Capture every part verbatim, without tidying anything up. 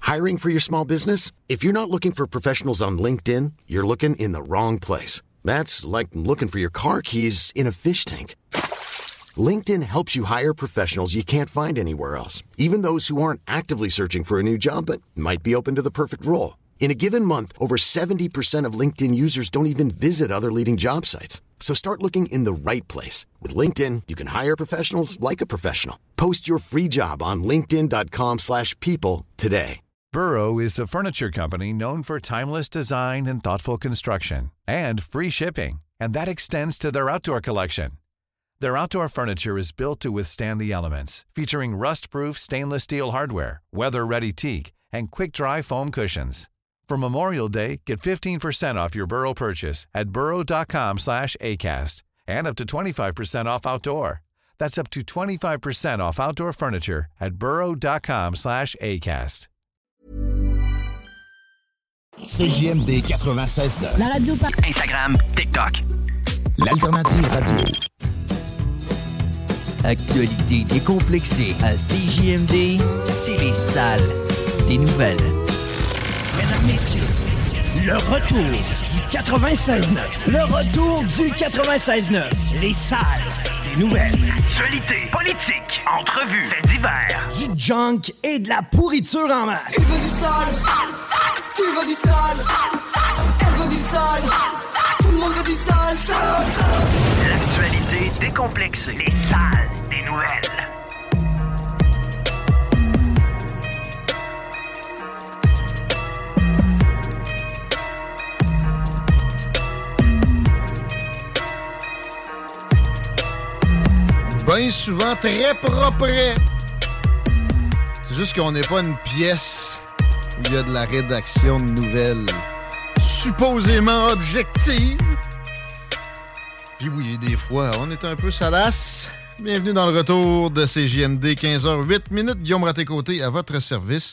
Hiring for your small business? If you're not looking for professionals on LinkedIn, you're looking in the wrong place. That's like looking for your car keys in a fish tank. LinkedIn helps you hire professionals you can't find anywhere else, even those who aren't actively searching for a new job but might be open to the perfect role. In a given month, over seventy percent of LinkedIn users don't even visit other leading job sites. So start looking in the right place. With LinkedIn, you can hire professionals like a professional. Post your free job on linkedin.com slash people today. Burrow is a furniture company known for timeless design and thoughtful construction and free shipping, and that extends to their outdoor collection. Their outdoor furniture is built to withstand the elements, featuring rust-proof stainless steel hardware, weather-ready teak, and quick-dry foam cushions. For Memorial Day, get fifteen percent off your Burrow purchase at burrow.com slash ACAST and up to twenty-five percent off outdoor. That's up to twenty-five percent off outdoor furniture at burrow.com slash ACAST. C J M D quatre-vingt-seize neuf. La radio par Instagram, TikTok. L'alternative radio. Actualité décomplexée à C J M D, c'est les salles des nouvelles. Mesdames, messieurs, le retour du quatre-vingt-seize neuf. Le retour du quatre-vingt-seize neuf. Les salles des nouvelles. Actualité, politique, entrevues, faits divers. Du junk et de la pourriture en masse. Tu veux du sale? Tu veux du sale? Elle veut du sale? Tout le monde veut du sale, sale, sale. L'actualité décomplexée. Les salles des nouvelles. Bien souvent très propre. C'est juste qu'on n'est pas une pièce où il y a de la rédaction de nouvelles supposément objectives. Puis oui, des fois, on est un peu salace. Bienvenue dans le retour de C J M D, quinze heures huit minutes. Guillaume Raté-Côté à votre service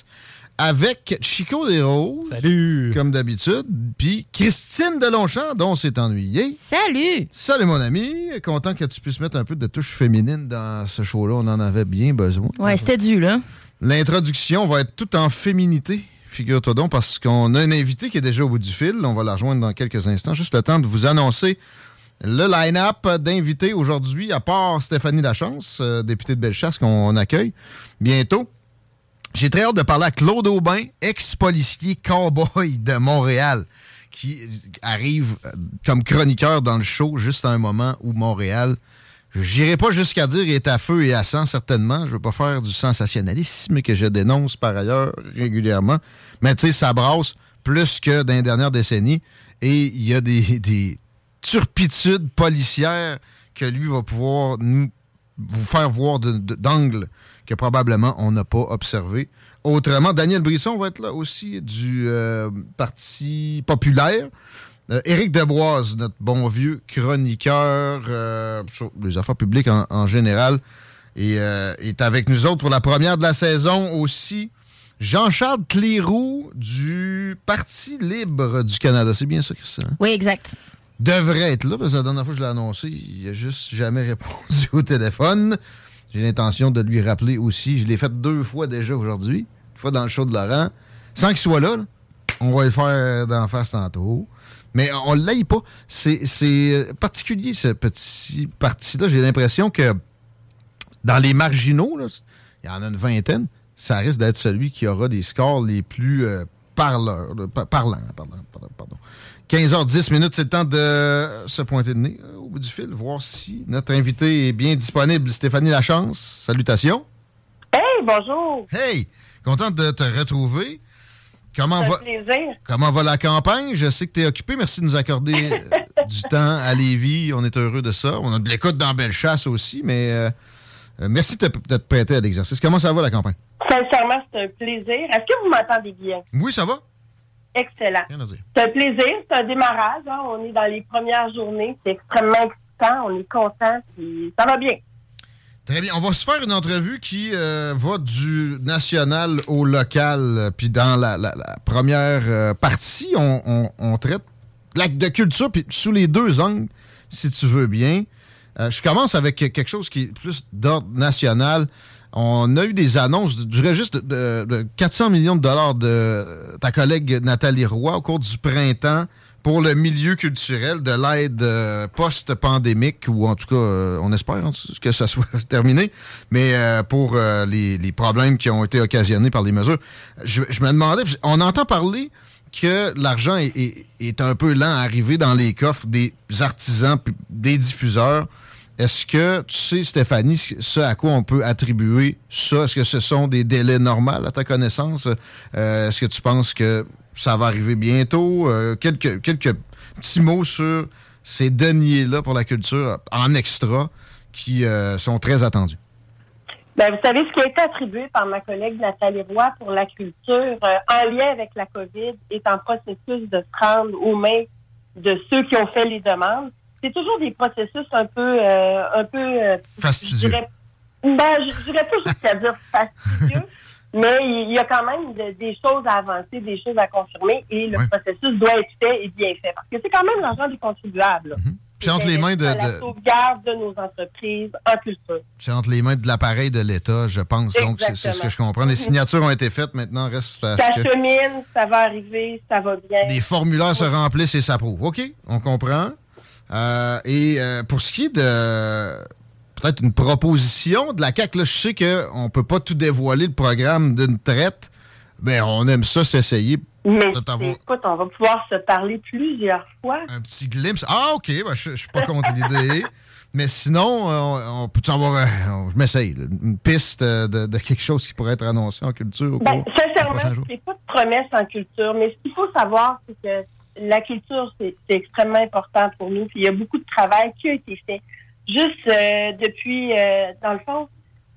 avec Chico Desroses. Salut! Comme d'habitude. Puis Christine Delonchamp, dont on s'est ennuyé. Salut! Salut mon ami. Content que tu puisses mettre un peu de touche féminine dans ce show-là. On en avait bien besoin. Ouais, c'était dû, là. L'introduction va être toute en féminité. Figure-toi donc, parce qu'on a un invité qui est déjà au bout du fil. On va la rejoindre dans quelques instants. Juste le temps de vous annoncer le line-up d'invités aujourd'hui, à part Stéphanie Lachance, euh, députée de Bellechasse, qu'on accueille bientôt. J'ai très hâte de parler à Claude Aubin, ex-policier cow-boy de Montréal, qui arrive comme chroniqueur dans le show juste à un moment où Montréal, j'irai pas jusqu'à dire est à feu et à sang, certainement. Je veux pas faire du sensationnalisme que je dénonce par ailleurs régulièrement. Mais tu sais, ça brasse plus que dans les dernières décennies. Et il y a des, des turpitudes policières que lui va pouvoir nous vous faire voir de, de, d'angles que probablement on n'a pas observé. Autrement, Daniel Brisson va être là aussi du euh, Parti populaire. Euh, Éric Deboise, notre bon vieux chroniqueur euh, sur les affaires publiques en, en général, et, euh, est avec nous autres pour la première de la saison aussi. Jean-Charles Cléroux du Parti libre du Canada. C'est bien ça, Christian? Oui, exact. Devrait être là, parce que la dernière fois que je l'ai annoncé, il n'a juste jamais répondu au téléphone. J'ai l'intention de lui rappeler aussi. Je l'ai fait deux fois déjà aujourd'hui. Une fois dans le show de Laurent. Sans qu'il soit là, là. On va le faire d'en face tantôt. Mais on ne l'aille pas. C'est, c'est particulier, ce petit parti-là. J'ai l'impression que dans les marginaux, là, il y en a une vingtaine, ça risque d'être celui qui aura des scores les plus euh, parleurs, là, par, parlants. Pardon, pardon, pardon. quinze heures dix minutes, c'est le temps de se pointer de nez euh, au bout du fil, voir si notre invité est bien disponible. Stéphanie Lachance, salutations. Hey, bonjour. Hey, content de te retrouver. Comment va, plaisir. comment va la campagne? Je sais que tu es occupé. Merci de nous accorder euh, du temps à Lévis. On est heureux de ça. On a de l'écoute dans Bellechasse aussi, mais euh, euh, merci de te, de te prêter à l'exercice. Comment ça va, la campagne? Sincèrement, c'est un plaisir. Est-ce que vous m'entendez bien? Oui, ça va. Excellent. Rien à dire. C'est un plaisir. C'est un démarrage. Hein. On est dans les premières journées. C'est extrêmement excitant. On est content. Puis ça va bien. Très bien. On va se faire une entrevue qui euh, va du national au local. Puis dans la, la, la première euh, partie, on, on, on traite l'acte de culture puis sous les deux angles, si tu veux bien. Euh, je commence avec quelque chose qui est plus d'ordre national. On a eu des annonces du registre de, de quatre cents millions de dollars de ta collègue Nathalie Roy au cours du printemps pour le milieu culturel, de l'aide euh, post-pandémique, ou en tout cas, euh, on espère hein, que ça soit terminé, mais euh, pour euh, les, les problèmes qui ont été occasionnés par les mesures. Je, je me demandais, on entend parler que l'argent est, est, est un peu lent à arriver dans les coffres des artisans, des diffuseurs. Est-ce que tu sais, Stéphanie, ce à quoi on peut attribuer ça? Est-ce que ce sont des délais normaux à ta connaissance? Euh, est-ce que tu penses que ça va arriver bientôt? Euh, quelques, quelques petits mots sur ces deniers-là pour la culture en extra qui euh, sont très attendus. Ben, vous savez, ce qui a été attribué par ma collègue Nathalie Roy pour la culture, euh, en lien avec la COVID, est en processus de se rendre aux mains de ceux qui ont fait les demandes. C'est toujours des processus un peu... Euh, un peu euh, fastidieux. Je dirais, ben, je dirais pas jusqu'à dire fastidieux, mais il y a quand même de, des choses à avancer, des choses à confirmer, et le ouais. processus doit être fait et bien fait. Parce que c'est quand même l'argent des contribuables. Mm-hmm. C'est entre les mains de, de... la sauvegarde de nos entreprises en culture. C'est entre les mains de l'appareil de l'État, je pense. Donc, c'est, c'est ce que je comprends. Les signatures ont été faites, maintenant, reste à... Ça chemine, que... ça va arriver, ça va bien. Les formulaires oui. se remplissent et s'approuvent. OK, on comprend. Euh, et euh, pour ce qui est de... peut-être une proposition de la C A Q, là, je sais qu'on ne peut pas tout dévoiler, le programme d'une traite, mais on aime ça s'essayer. Mais écoute, on va pouvoir se parler plusieurs fois. Un petit glimpse. Ah, OK, ben, je ne suis pas contre l'idée. Mais sinon, on, on peut avoir, un, je m'essaye, une piste de, de quelque chose qui pourrait être annoncé en culture au ben, cours sincèrement, c'est pas de promesse en culture, mais ce qu'il faut savoir, c'est que la culture, c'est, c'est extrêmement important pour nous. Puis il y a beaucoup de travail qui a été fait. Juste euh, depuis, euh, dans le fond,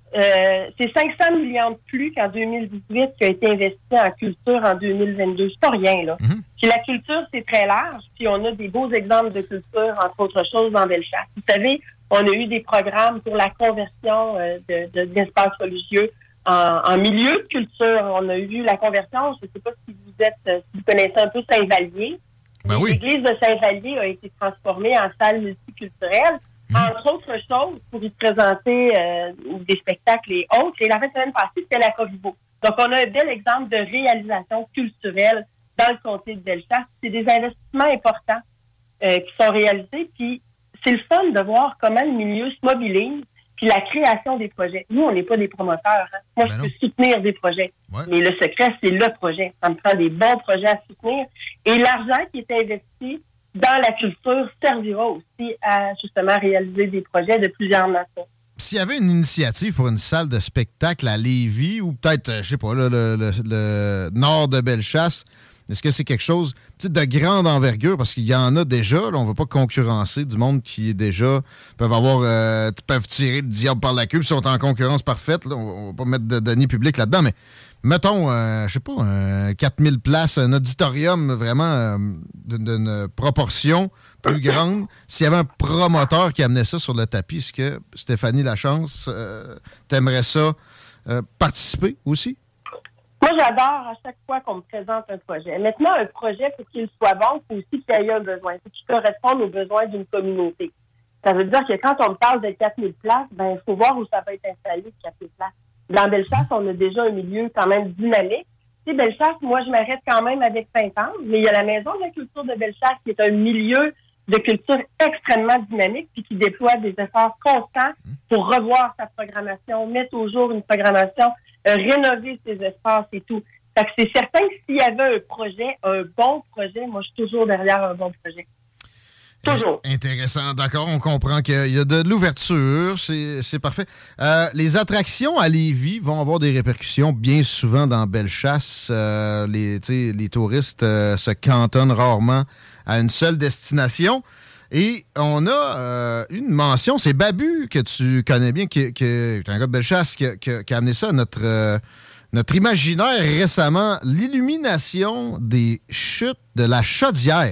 euh, c'est cinq cents millions de plus qu'en deux mille dix-huit qui a été investi en culture en deux mille vingt-deux. C'est pas rien, là. Mm-hmm. Puis la culture, c'est très large. Puis on a des beaux exemples de culture, entre autres choses, dans Bellechasse. Vous savez, on a eu des programmes pour la conversion euh, de, de, d'espaces religieux en, en milieu de culture. On a eu la conversion, je ne sais pas si vous êtes, si vous connaissez un peu Saint-Vallier. Ben oui. L'église de Saint-Vallier a été transformée en salle multiculturelle. Mmh. Entre autres choses, pour y présenter euh, des spectacles et autres. Et la fin de semaine passée, c'était la Corriveau. Donc, on a un bel exemple de réalisation culturelle dans le comté de Bellechasse. C'est des investissements importants euh, qui sont réalisés. Puis, c'est le fun de voir comment le milieu se mobilise, puis la création des projets. Nous, on n'est pas des promoteurs. Hein. Moi, ben je peux soutenir des projets. Ouais. Mais le secret, c'est le projet. Ça me prend des bons projets à soutenir. Et l'argent qui est investi dans la culture servira aussi à, justement, réaliser des projets de plusieurs nations. S'il y avait une initiative pour une salle de spectacle à Lévis, ou peut-être, je sais pas, là, le, le, le nord de Bellechasse, est-ce que c'est quelque chose de grande envergure? Parce qu'il y en a déjà, là, on ne va pas concurrencer du monde qui est déjà, peuvent avoir, euh, peuvent tirer le diable par la queue, sont en concurrence parfaite, là, on ne va pas mettre de deniers publics là-dedans, mais mettons, euh, je sais pas, euh, quatre mille places, un auditorium vraiment euh, d'une, d'une proportion plus grande. S'il y avait un promoteur qui amenait ça sur le tapis, est-ce que Stéphanie Lachance, euh, t'aimerais ça euh, participer aussi? Moi, j'adore à chaque fois qu'on me présente un projet. Maintenant, un projet, pour qu'il soit bon, il faut aussi qu'il y ait un besoin. Il faut qu'il corresponde aux besoins d'une communauté. Ça veut dire que quand on me parle de quatre mille places, ben il faut voir où ça va être installé, quatre mille places. Dans Bellechasse, on a déjà un milieu quand même dynamique. Tu sais, Bellechasse, moi, je m'arrête quand même avec Saint-Anne, mais il y a la Maison de la culture de Bellechasse qui est un milieu de culture extrêmement dynamique puis qui déploie des efforts constants pour revoir sa programmation, mettre au jour une programmation, euh, rénover ses espaces et tout. Fait que c'est certain que s'il y avait un projet, un bon projet, moi, je suis toujours derrière un bon projet. Toujours. Intéressant. D'accord, on comprend qu'il y a de l'ouverture, c'est, c'est parfait. Euh, les attractions à Lévis vont avoir des répercussions bien souvent dans Bellechasse. Euh, les, les touristes euh, se cantonnent rarement à une seule destination. Et on a euh, une mention, c'est Babu, que tu connais bien, qui, qui est un gars de Bellechasse, qui, qui, qui a amené ça à notre, euh, notre imaginaire récemment. L'illumination des chutes de la Chaudière.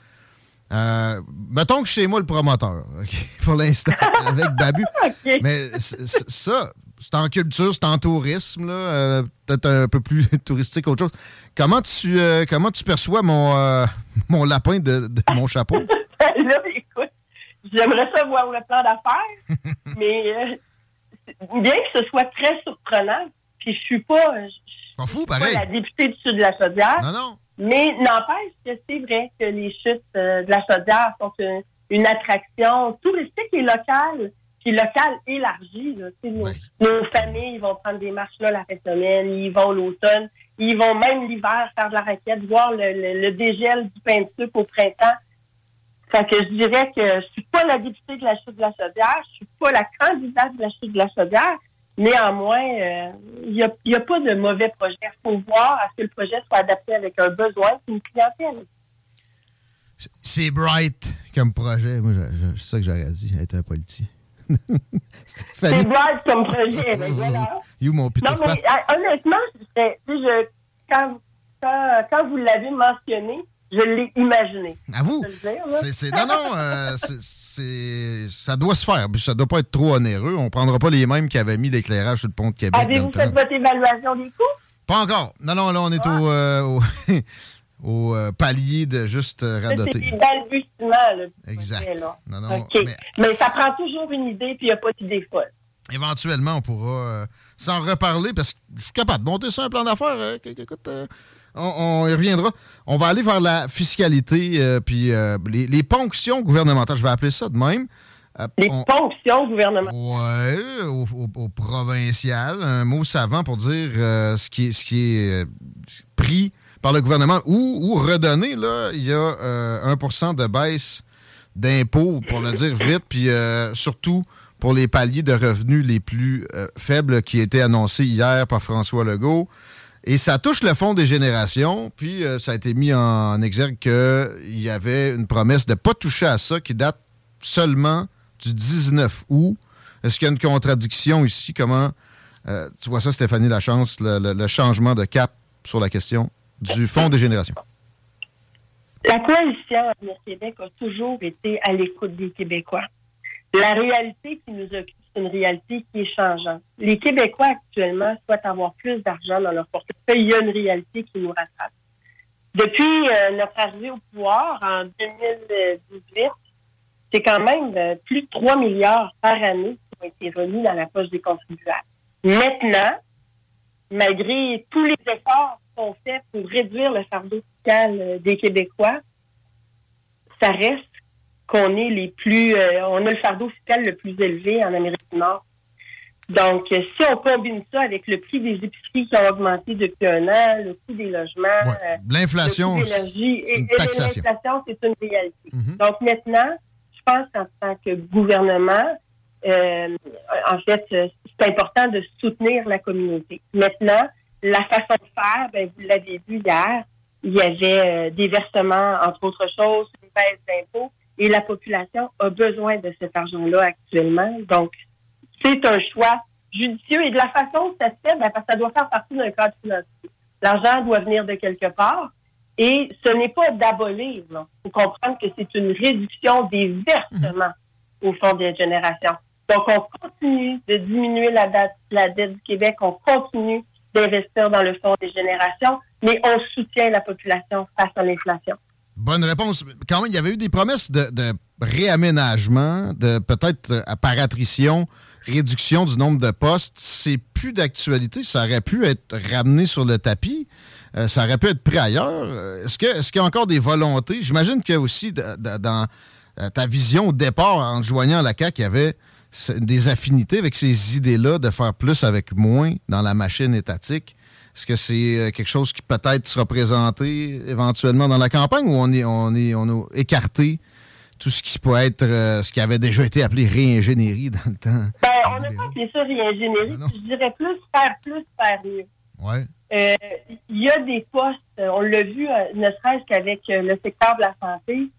Euh, mettons que chez moi le promoteur, okay, pour l'instant, avec Babu. Okay. Mais c- c- ça, c'est en culture, c'est en tourisme, là, euh, peut-être un peu plus touristique qu'autre chose. Comment tu, euh, comment tu perçois mon, euh, mon lapin de, de mon chapeau? Là, écoute, j'aimerais ça voir le plan d'affaires, mais euh, bien que ce soit très surprenant, puis je suis pas, je, Pas fou, je suis pareil. pas la députée du Sud de la Chaudière, Non, non. mais n'empêche que c'est vrai que les chutes euh, de la Chaudière sont une, une attraction touristique et locale, puis locale élargie. Là, tu sais, nos, Ben. nos familles ils vont prendre des marches là la fin de semaine, ils vont l'automne, ils vont même l'hiver faire de la raquette, voir le, le, le dégel du pain de sucre au printemps. Fait que je dirais que je suis pas la députée de la chute de la Chaudière, je suis pas la candidate de la chute de la Chaudière. Néanmoins, il euh, n'y a, y a pas de mauvais projet. Il faut voir à ce que le projet soit adapté avec un besoin et une clientèle. C'est bright comme projet. Moi, je, je, c'est ça que j'aurais dit, être un politicien. C'est bright comme projet, mais voilà. You, mon putain. Non, mais euh, honnêtement, je, je, quand, quand, quand vous l'avez mentionné, je l'ai imaginé. À vous? Dire, c'est, c'est, non, non, euh, c'est, c'est, ça doit se faire. Puis ça doit pas être trop onéreux. On prendra pas les mêmes qui avaient mis l'éclairage sur le pont de Québec. Avez-vous fait votre évaluation des coûts? Pas encore. Non, non, là, on est ah. au, euh, au, au euh, palier de juste euh, radoter. C'est des balbutiements, là. Exact. Projet, là. Non, non, okay. mais... mais ça prend toujours une idée, puis il n'y a pas d'idée folle. Éventuellement, on pourra euh, s'en reparler, parce que je suis capable de monter sur un plan d'affaires. Euh, écoute... Euh... On, on y reviendra. On va aller vers la fiscalité euh, puis euh, les, les ponctions gouvernementales. Je vais appeler ça de même. Euh, les on... ponctions gouvernementales. Oui, au, au, au provincial. Un mot savant pour dire euh, ce qui est, ce qui est euh, pris par le gouvernement ou, ou redonné. Là, il y a euh, un pour cent de baisse d'impôts, pour le dire vite, puis euh, surtout pour les paliers de revenus les plus euh, faibles qui étaient annoncés hier par François Legault. Et ça touche le fonds des générations, puis euh, ça a été mis en exergue qu'il y avait une promesse de ne pas toucher à ça qui date seulement du dix-neuf août. Est-ce qu'il y a une contradiction ici? Comment euh, tu vois ça, Stéphanie Lachance, le, le, le changement de cap sur la question du fonds des générations? La coalition Avenir Québec a toujours été à l'écoute des Québécois. La réalité qui nous occupe, c'est une réalité qui est changeante. Les Québécois, actuellement, souhaitent avoir plus d'argent dans leur portefeuille. Il y a une réalité qui nous rattrape. Depuis euh, notre arrivée au pouvoir, en deux mille dix-huit, c'est quand même euh, plus de trois milliards par année qui ont été remis dans la poche des contribuables. Maintenant, malgré tous les efforts qu'on fait pour réduire le fardeau fiscal euh, des Québécois, ça reste qu'on est les plus, euh, on a le fardeau fiscal le plus élevé en Amérique du Nord. Donc, euh, si on combine ça avec le prix des épiceries qui ont augmenté depuis un an, le coût des logements, ouais. euh, l'inflation, le coût d'énergie, et, et taxation. l'inflation, c'est une réalité. Mm-hmm. Donc, maintenant, je pense qu'en tant que gouvernement, euh, en fait, c'est important de soutenir la communauté. Maintenant, la façon de faire, ben, vous l'avez vu hier, il y avait euh, des versements, entre autres choses, une baisse d'impôts. Et la population a besoin de cet argent-là actuellement. Donc, c'est un choix judicieux. Et de la façon que ça se fait, ben, parce que ça doit faire partie d'un cadre financier. L'argent doit venir de quelque part. Et ce n'est pas d'abolir. Il faut comprendre que c'est une réduction des versements au Fonds des générations. Donc, on continue de diminuer la, date, la dette du Québec. On continue d'investir dans le Fonds des générations. Mais on soutient la population face à l'inflation. Bonne réponse. Quand même, il y avait eu des promesses de, de réaménagement, de peut-être euh, par attrition, réduction du nombre de postes. C'est plus d'actualité. Ça aurait pu être ramené sur le tapis. Euh, ça aurait pu être pris ailleurs. Est-ce que, est-ce qu'il y a encore des volontés? J'imagine qu'il y a aussi de, de, dans euh, ta vision au départ, en joignant la C A Q, il y avait des affinités avec ces idées-là de faire plus avec moins dans la machine étatique. Est-ce que c'est quelque chose qui peut-être sera présenté éventuellement dans la campagne ou on est on est on a écarté tout ce qui peut être euh, ce qui avait déjà été appelé réingénierie dans le temps? Ben, on n'a pas appelé ça réingénierie. Ben je dirais plus faire plus, faire mieux. Ouais. Euh, il y a des postes, on l'a vu, ne serait-ce qu'avec le secteur de la santé,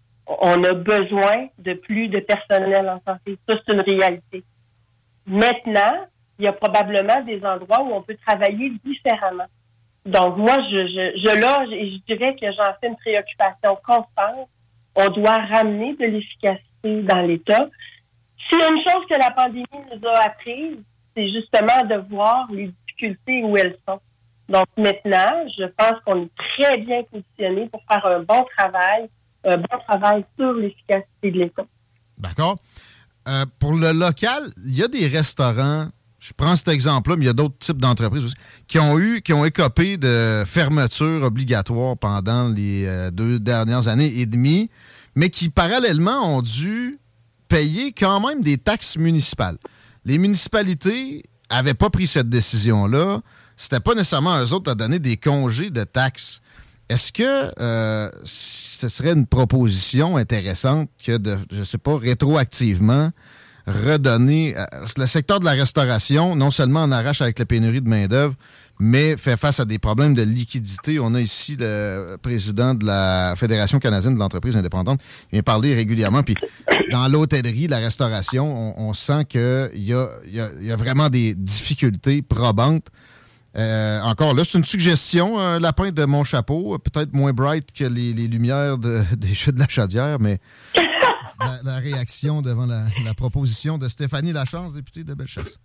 on a besoin de plus de personnel en santé. Ça, c'est une réalité. Maintenant, il y a probablement des endroits où on peut travailler différemment. Donc, moi, je, je, je loge et je dirais que j'en fais une préoccupation constante. On doit ramener de l'efficacité dans l'État. S'il y a une chose que la pandémie nous a apprise, c'est justement de voir les difficultés où elles sont. Donc, maintenant, je pense qu'on est très bien positionné pour faire un bon travail, un bon travail sur l'efficacité de l'État. D'accord. euh, pour le local, il y a des restaurants, je prends cet exemple-là, mais il y a d'autres types d'entreprises aussi, qui ont eu, qui ont écopé de fermetures obligatoires pendant les euh, deux dernières années et demie, mais qui, parallèlement, ont dû payer quand même des taxes municipales. Les municipalités n'avaient pas pris cette décision-là. C'était pas nécessairement à eux autres à donner des congés de taxes. Est-ce que euh, ce serait une proposition intéressante que de, je sais pas, rétroactivement redonner... Euh, le secteur de la restauration, non seulement en arrache avec la pénurie de main-d'œuvre, mais fait face à des problèmes de liquidité. On a ici le président de la Fédération canadienne de l'entreprise indépendante qui vient parler régulièrement. Puis dans l'hôtellerie, la restauration, on, on sent qu'il y a, y, a, y a vraiment des difficultés probantes. Euh, encore là, c'est une suggestion, un lapin de mon chapeau, peut-être moins bright que les, les lumières de, des chutes de la Chaudière, mais la, la réaction devant la, la proposition de Stéphanie Lachance, députée de Bellechasse.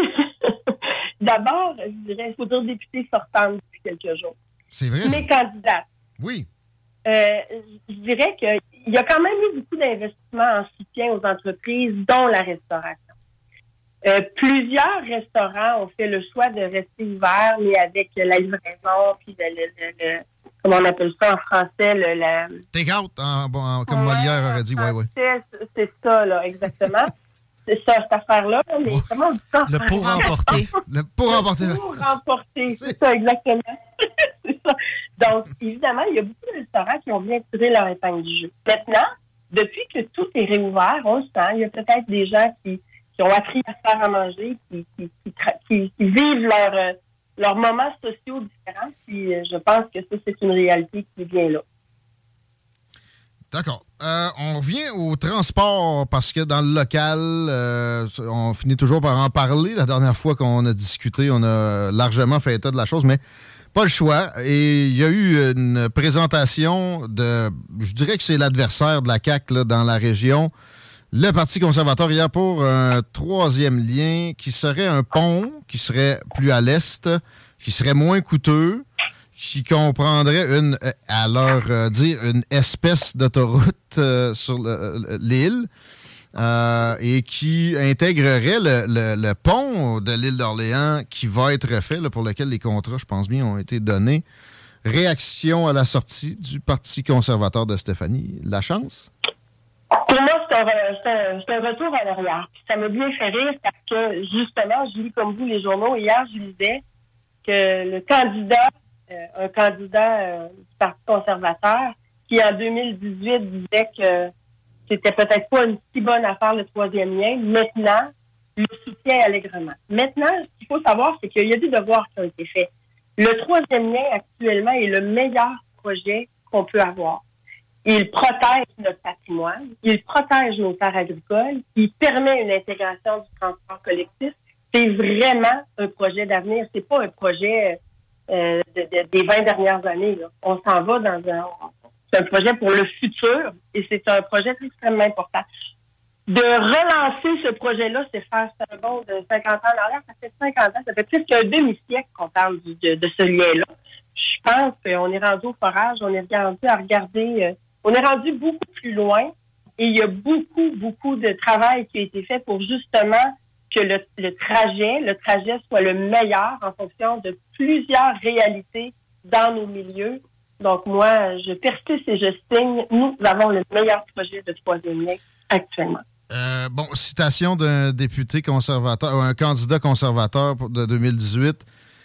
D'abord, je dirais, il faut dire députée sortante depuis quelques jours. C'est vrai. Mais candidate. Oui. Euh, je dirais qu'il y a quand même eu beaucoup d'investissements en soutien aux entreprises, dont la restauration. Euh, plusieurs restaurants ont fait le choix de rester ouverts, mais avec la livraison, puis le, le, le, le comment on appelle ça en français, le... le... Take-out, en, en, comme ouais, Molière aurait dit, oui, oui. C'est, c'est ça, là, exactement. C'est ça, cette affaire-là, mais oh. comment on dit ça? Le pour remporter. Le pour remporter. Le pour remporter, c'est, c'est ça, exactement. C'est ça. Donc, évidemment, il y a beaucoup de restaurants qui ont bien tiré leur épingle du jeu. Maintenant, depuis que tout est réouvert, on le sent, il y a peut-être des gens qui, qui ont appris à faire à manger, qui, qui, qui, qui, qui vivent leurs euh, leurs moments sociaux différents, puis euh, je pense que ça, c'est une réalité qui vient là. D'accord. Euh, on revient au transport parce que dans le local, euh, on finit toujours par en parler. La dernière fois qu'on a discuté, on a largement fait état de la chose, mais pas le choix. Et il y a eu une présentation de, je dirais que c'est l'adversaire de la C A Q là, dans la région, le Parti conservateur, hier pour un troisième lien qui serait un pont, qui serait plus à l'est, qui serait moins coûteux, qui comprendrait une, à leur euh, dire, une espèce d'autoroute euh, sur le, l'île euh, et qui intégrerait le, le, le pont de l'île d'Orléans qui va être refait, là, pour lequel les contrats, je pense bien, ont été donnés. Réaction à la sortie du Parti conservateur de Stéphanie Lachance? Pour moi, c'est un, c'est un, c'est un retour à l'arrière. Puis ça m'a bien fait rire parce que, justement, je lis comme vous les journaux. Hier, je lisais que le candidat Euh, un candidat euh, du Parti conservateur qui, en deux mille dix-huit, disait que c'était peut-être pas une si bonne affaire, le troisième lien. Maintenant, le soutient allègrement. Maintenant, ce qu'il faut savoir, c'est qu'il y a des devoirs qui ont été faits. Le troisième lien, actuellement, est le meilleur projet qu'on peut avoir. Il protège notre patrimoine, il protège nos terres agricoles, il permet une intégration du transport collectif. C'est vraiment un projet d'avenir. C'est pas un projet... Euh, de, de, des vingt dernières années. Là. On s'en va dans un... C'est un projet pour le futur et c'est un projet extrêmement important. De relancer ce projet-là, c'est faire un bond de cinquante ans en arrière. Ça fait cinquante ans, ça fait plus qu'un demi-siècle qu'on parle du, de, de ce lien-là. Je pense qu'on est rendu au forage, on est rendu à regarder... Euh, on est rendu beaucoup plus loin et il y a beaucoup, beaucoup de travail qui a été fait pour justement... que le, le trajet, le trajet soit le meilleur en fonction de plusieurs réalités dans nos milieux. Donc, moi, je persiste et je signe. Nous avons le meilleur projet de troisième lien actuellement. Euh, bon, citation d'un député conservateur, ou un candidat conservateur de deux mille dix-huit.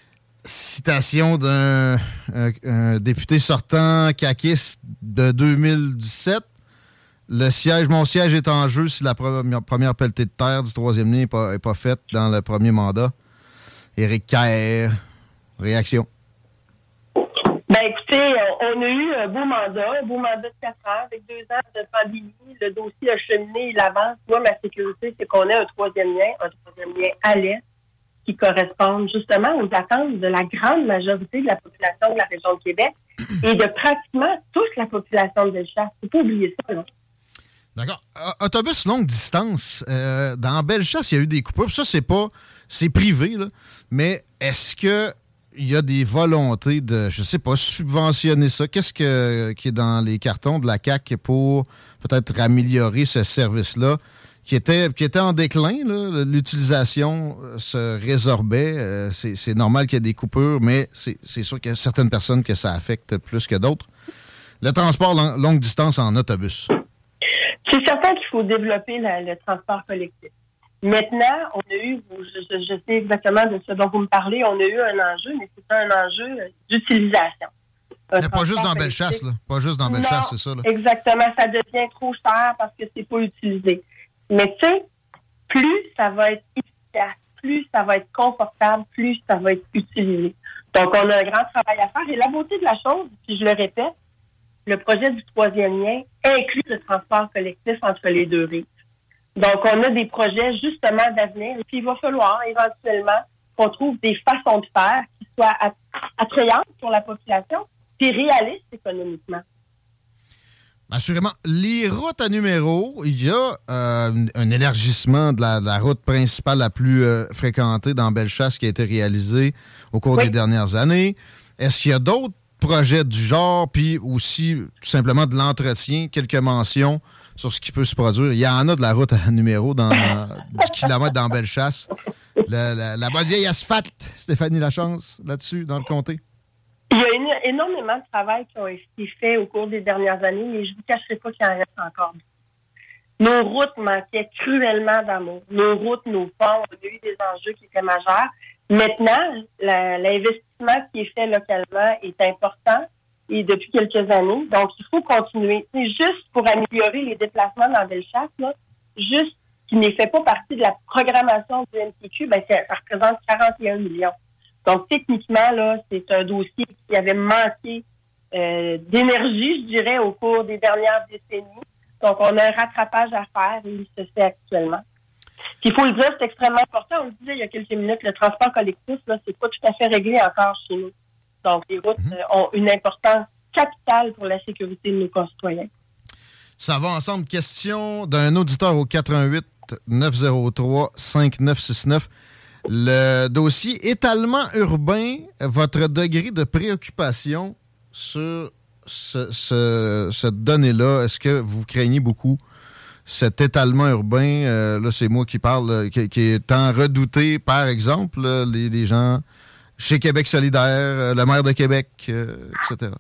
Citation d'un un, un député sortant caquiste de deux mille dix-sept. Le siège, mon siège est en jeu si la première, première pelletée de terre du troisième lien n'est pas, pas faite dans le premier mandat. Éric Kerr, réaction? Ben écoutez, on a eu un beau mandat, un beau mandat de quatre ans, avec deux ans de pandémie. Le dossier a cheminé, il avance. Moi, ma sécurité, c'est qu'on ait un troisième lien, un troisième lien à l'est, qui corresponde justement aux attentes de la grande majorité de la population de la région de Québec et de pratiquement toute la population de Bellechasse. Il ne faut pas oublier ça, là. D'accord. Autobus longue distance, euh, dans Bellechasse, il y a eu des coupures. Ça, c'est pas... C'est privé, là. Mais est-ce que il y a des volontés de, je sais pas, subventionner ça? Qu'est-ce que, qui est dans les cartons de la C A Q pour peut-être améliorer ce service-là? qui était, qui était en déclin. Là. L'utilisation se résorbait. Euh, c'est, c'est normal qu'il y ait des coupures, mais c'est, c'est sûr qu'il y a certaines personnes que ça affecte plus que d'autres. Le transport long, longue distance en autobus. C'est certain qu'il faut développer la, le transport collectif. Maintenant, on a eu, je, je sais exactement de ce dont vous me parlez, on a eu un enjeu, mais c'est un enjeu d'utilisation. Un mais pas juste dans Bellechasse, là. Pas juste dans Bellechasse, c'est ça. Là. Exactement, ça devient trop cher parce que c'est pas utilisé. Mais tu sais, plus ça va être efficace, plus ça va être confortable, plus ça va être utilisé. Donc, on a un grand travail à faire. Et la beauté de la chose, puis je le répète, le projet du troisième lien inclut le transport collectif entre les deux rives. Donc, on a des projets justement d'avenir. Et puis, il va falloir éventuellement qu'on trouve des façons de faire qui soient attrayantes pour la population puis réalistes économiquement. Assurément. Les routes à numéro, il y a euh, un élargissement de la, de la route principale la plus euh, fréquentée dans Bellechasse qui a été réalisée au cours oui. des dernières années. Est-ce qu'il y a d'autres projets du genre, puis aussi tout simplement de l'entretien, quelques mentions sur ce qui peut se produire? Il y en a de la route à numéro dans du kilomètre dans Bellechasse. La, la, la bonne vieille asphalte, Stéphanie Lachance, là-dessus, dans le comté. Il y a une, énormément de travail qui a été fait au cours des dernières années, mais je ne vous cacherai pas qu'il en reste encore. Nos routes manquaient cruellement d'amour. Nos routes, nos ponts, on a eu des enjeux qui étaient majeurs. Maintenant, la, l'investissement qui est fait localement est important et depuis quelques années. Donc, il faut continuer. C'est juste pour améliorer les déplacements dans Bellechasse, là, juste qui n'est fait pas partie de la programmation du M T Q, ben, ça, ça représente quarante et un millions. Donc, techniquement, là, c'est un dossier qui avait manqué euh, d'énergie, je dirais, au cours des dernières décennies. Donc, on a un rattrapage à faire et il se fait actuellement. Puis, il faut le dire, c'est extrêmement important. On le disait il y a quelques minutes, le transport collectif, là, c'est pas tout à fait réglé encore chez nous. Donc, les routes mmh. euh, ont une importance capitale pour la sécurité de nos concitoyens. Ça va ensemble. Question d'un auditeur au quatre un huit neuf zéro trois cinq neuf six neuf. Le dossier étalement urbain, votre degré de préoccupation sur ce, ce, cette donnée-là, est-ce que vous craignez beaucoup cet étalement urbain? Euh, là, c'est moi qui parle, qui, qui est tant redouté, par exemple, les, les gens chez Québec solidaire, le maire de Québec, euh, et cetera.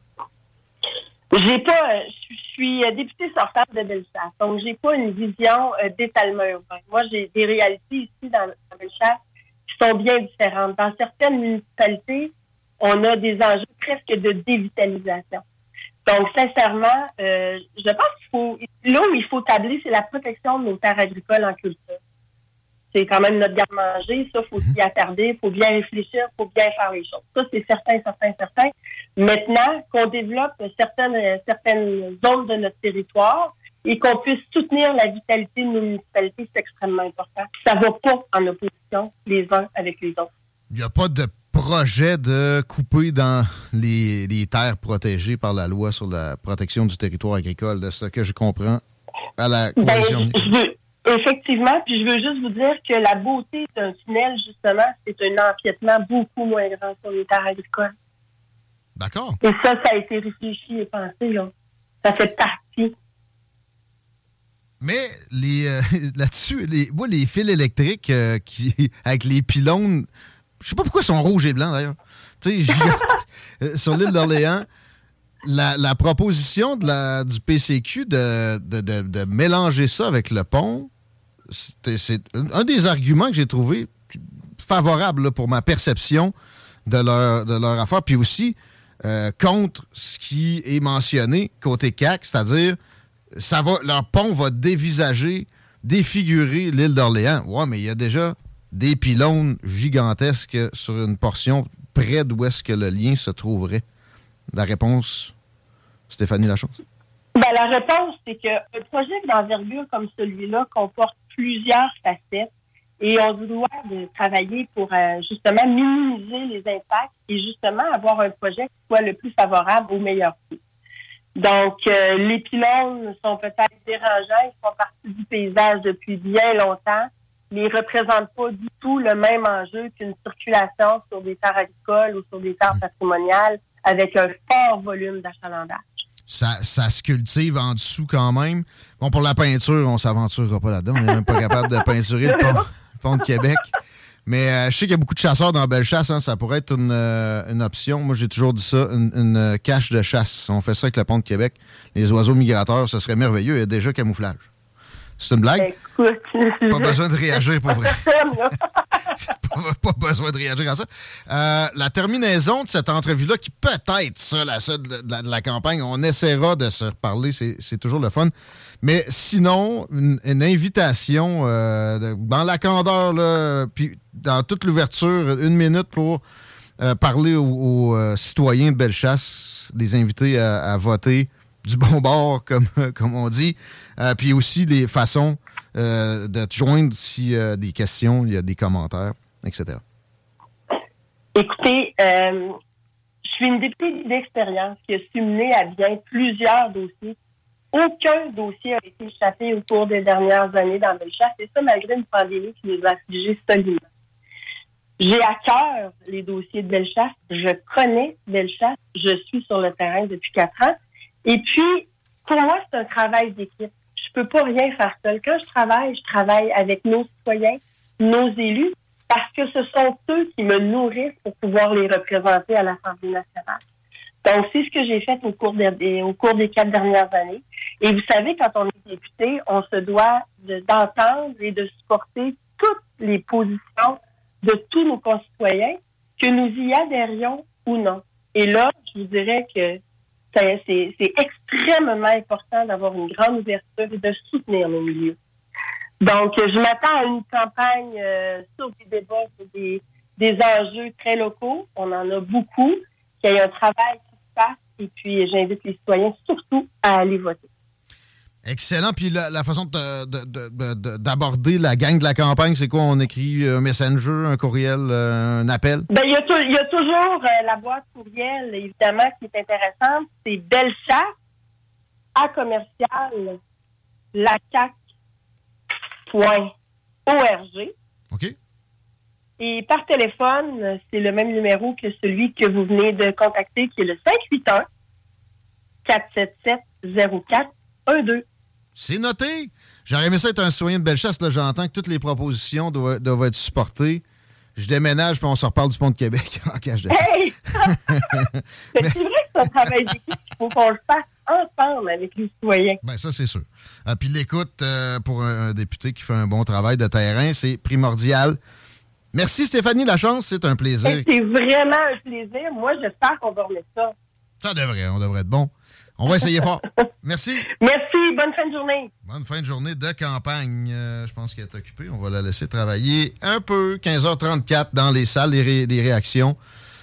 J'ai pas, je suis députée sortante de Bellechasse, donc j'ai pas une vision d'étalement urbain. Moi, j'ai des réalités ici dans, dans Bellechasse qui sont bien différentes. Dans certaines municipalités, on a des enjeux presque de dévitalisation. Donc, sincèrement, euh, je pense qu'il faut, là où il faut tabler, c'est la protection de nos terres agricoles en culture. C'est quand même notre garde-manger, ça, il faut s'y attarder, il faut bien réfléchir, il faut bien faire les choses. Ça, c'est certain, certain, certain. Maintenant, qu'on développe certaines, certaines zones de notre territoire et qu'on puisse soutenir la vitalité de nos municipalités, c'est extrêmement important. Ça ne va pas en opposition les uns avec les autres. Il n'y a pas de projet de couper dans les, les terres protégées par la loi sur la protection du territoire agricole, de ce que je comprends à la coalition. Ben, je veux, effectivement, puis je veux juste vous dire que la beauté d'un tunnel, justement, c'est un empiètement beaucoup moins grand sur les terres agricoles. D'accord. Et ça, ça a été réfléchi et pensé, là. Ça fait partie. Mais les euh, là-dessus, les, moi, les fils électriques euh, qui, avec les pylônes, je sais pas pourquoi ils sont rouges et blancs, d'ailleurs. Tu sais, euh, sur l'île d'Orléans, la, la proposition de la, du P C Q de, de, de, de mélanger ça avec le pont, c'est, c'est un des arguments que j'ai trouvé favorable là, pour ma perception de leur, de leur affaire. Puis aussi, euh, contre ce qui est mentionné côté C A Q, c'est-à-dire ça va, leur pont va dévisager, défigurer l'île d'Orléans. Ouais, mais il y a déjà des pylônes gigantesques sur une portion près d'où est-ce que le lien se trouverait. La réponse, Stéphanie Lachance? Ben, la réponse, c'est qu'un projet d'envergure comme celui-là comporte plusieurs facettes et on doit de travailler pour euh, justement minimiser les impacts et justement avoir un projet qui soit le plus favorable au meilleur prix. Donc, euh, les pylônes sont peut-être dérangeants, ils font partie du paysage depuis bien longtemps, mais ils ne représentent pas du tout le même enjeu qu'une circulation sur des terres agricoles ou sur des terres patrimoniales avec un fort volume d'achalandage. ça, ça se cultive en dessous quand même. Bon, pour la peinture, on s'aventurera pas là-dedans. On n'est même pas capable de peinturer le pont, le pont de Québec. Mais euh, je sais qu'il y a beaucoup de chasseurs dans Bellechasse. Hein, ça pourrait être une, euh, une option. Moi, j'ai toujours dit ça, une, une cache de chasse. On fait ça avec le pont de Québec. Les oiseaux migrateurs, ce serait merveilleux. Il y a déjà camouflage. C'est une blague? Écoute, pas besoin de réagir pour vrai. pas, pas besoin de réagir à ça. Euh, la terminaison de cette entrevue-là, qui peut être ça, la seule de la, de la campagne, on essaiera de se reparler, c'est, c'est toujours le fun. Mais sinon, une, une invitation euh, de, dans la candeur, là, puis dans toute l'ouverture, une minute pour euh, parler aux, aux euh, citoyens de Bellechasse, les inviter à, à voter du bon bord, comme, comme on dit. Euh, puis aussi les façons euh, de te joindre s'il y a des questions, il y a des commentaires, et cetera. Écoutez, euh, je suis une députée d'expérience qui a su mener à bien plusieurs dossiers. Aucun dossier a été échappé au cours des dernières années dans Bellechasse, et ça malgré une pandémie qui nous a affligés solidement. J'ai à cœur les dossiers de Bellechasse. Je connais Bellechasse. Je suis sur le terrain depuis quatre ans. Et puis, pour moi, c'est un travail d'équipe. Je peux pas rien faire seul. Quand je travaille, je travaille avec nos citoyens, nos élus, parce que ce sont eux qui me nourrissent pour pouvoir les représenter à l'Assemblée nationale. Donc, c'est ce que j'ai fait au cours des, au cours des quatre dernières années. Et vous savez, quand on est député, on se doit de, d'entendre et de supporter toutes les positions de tous nos concitoyens, que nous y adhérions ou non. Et là, je vous dirais que c'est, c'est, c'est extrêmement important d'avoir une grande ouverture et de soutenir nos milieux. Donc, je m'attends à une campagne euh, sur des débats, sur des, des enjeux très locaux. On en a beaucoup. Qu'il y ait un travail qui se fasse. Et puis, j'invite les citoyens surtout à aller voter. Excellent. Puis la, la façon de, de, de, de, d'aborder la gang de la campagne, c'est quoi? On écrit un messenger, un courriel, un appel? Ben, il y a, tout, il y a toujours euh, la boîte courriel, évidemment, qui est intéressante. C'est Bellechasse à commercial la C A Q point org. OK. Et par téléphone, c'est le même numéro que celui que vous venez de contacter, qui est le cinq huit un, quatre sept sept, zéro quatre un deux. C'est noté. J'aurais aimé ça être un citoyen de Bellechasse. Là, j'entends que toutes les propositions doivent, doivent être supportées. Je déménage, puis on se reparle du pont de Québec en cache de... Hey! Mais c'est vrai que c'est un travail d'équipe qu'il faut qu'on le fasse ensemble avec les citoyens. Bien, ça, c'est sûr. Ah, puis l'écoute, euh, pour un, un député qui fait un bon travail de terrain, c'est primordial. Merci, Stéphanie Lachance. C'est un plaisir. Et c'est vraiment un plaisir. Moi, j'espère qu'on va remettre ça. Ça devrait. On devrait être bon. On va essayer fort. Merci. Merci. Bonne fin de journée. Bonne fin de journée de campagne. Euh, je pense qu'elle est occupée. On va la laisser travailler un peu. quinze heures trente-quatre dans les salles, les, ré- les réactions.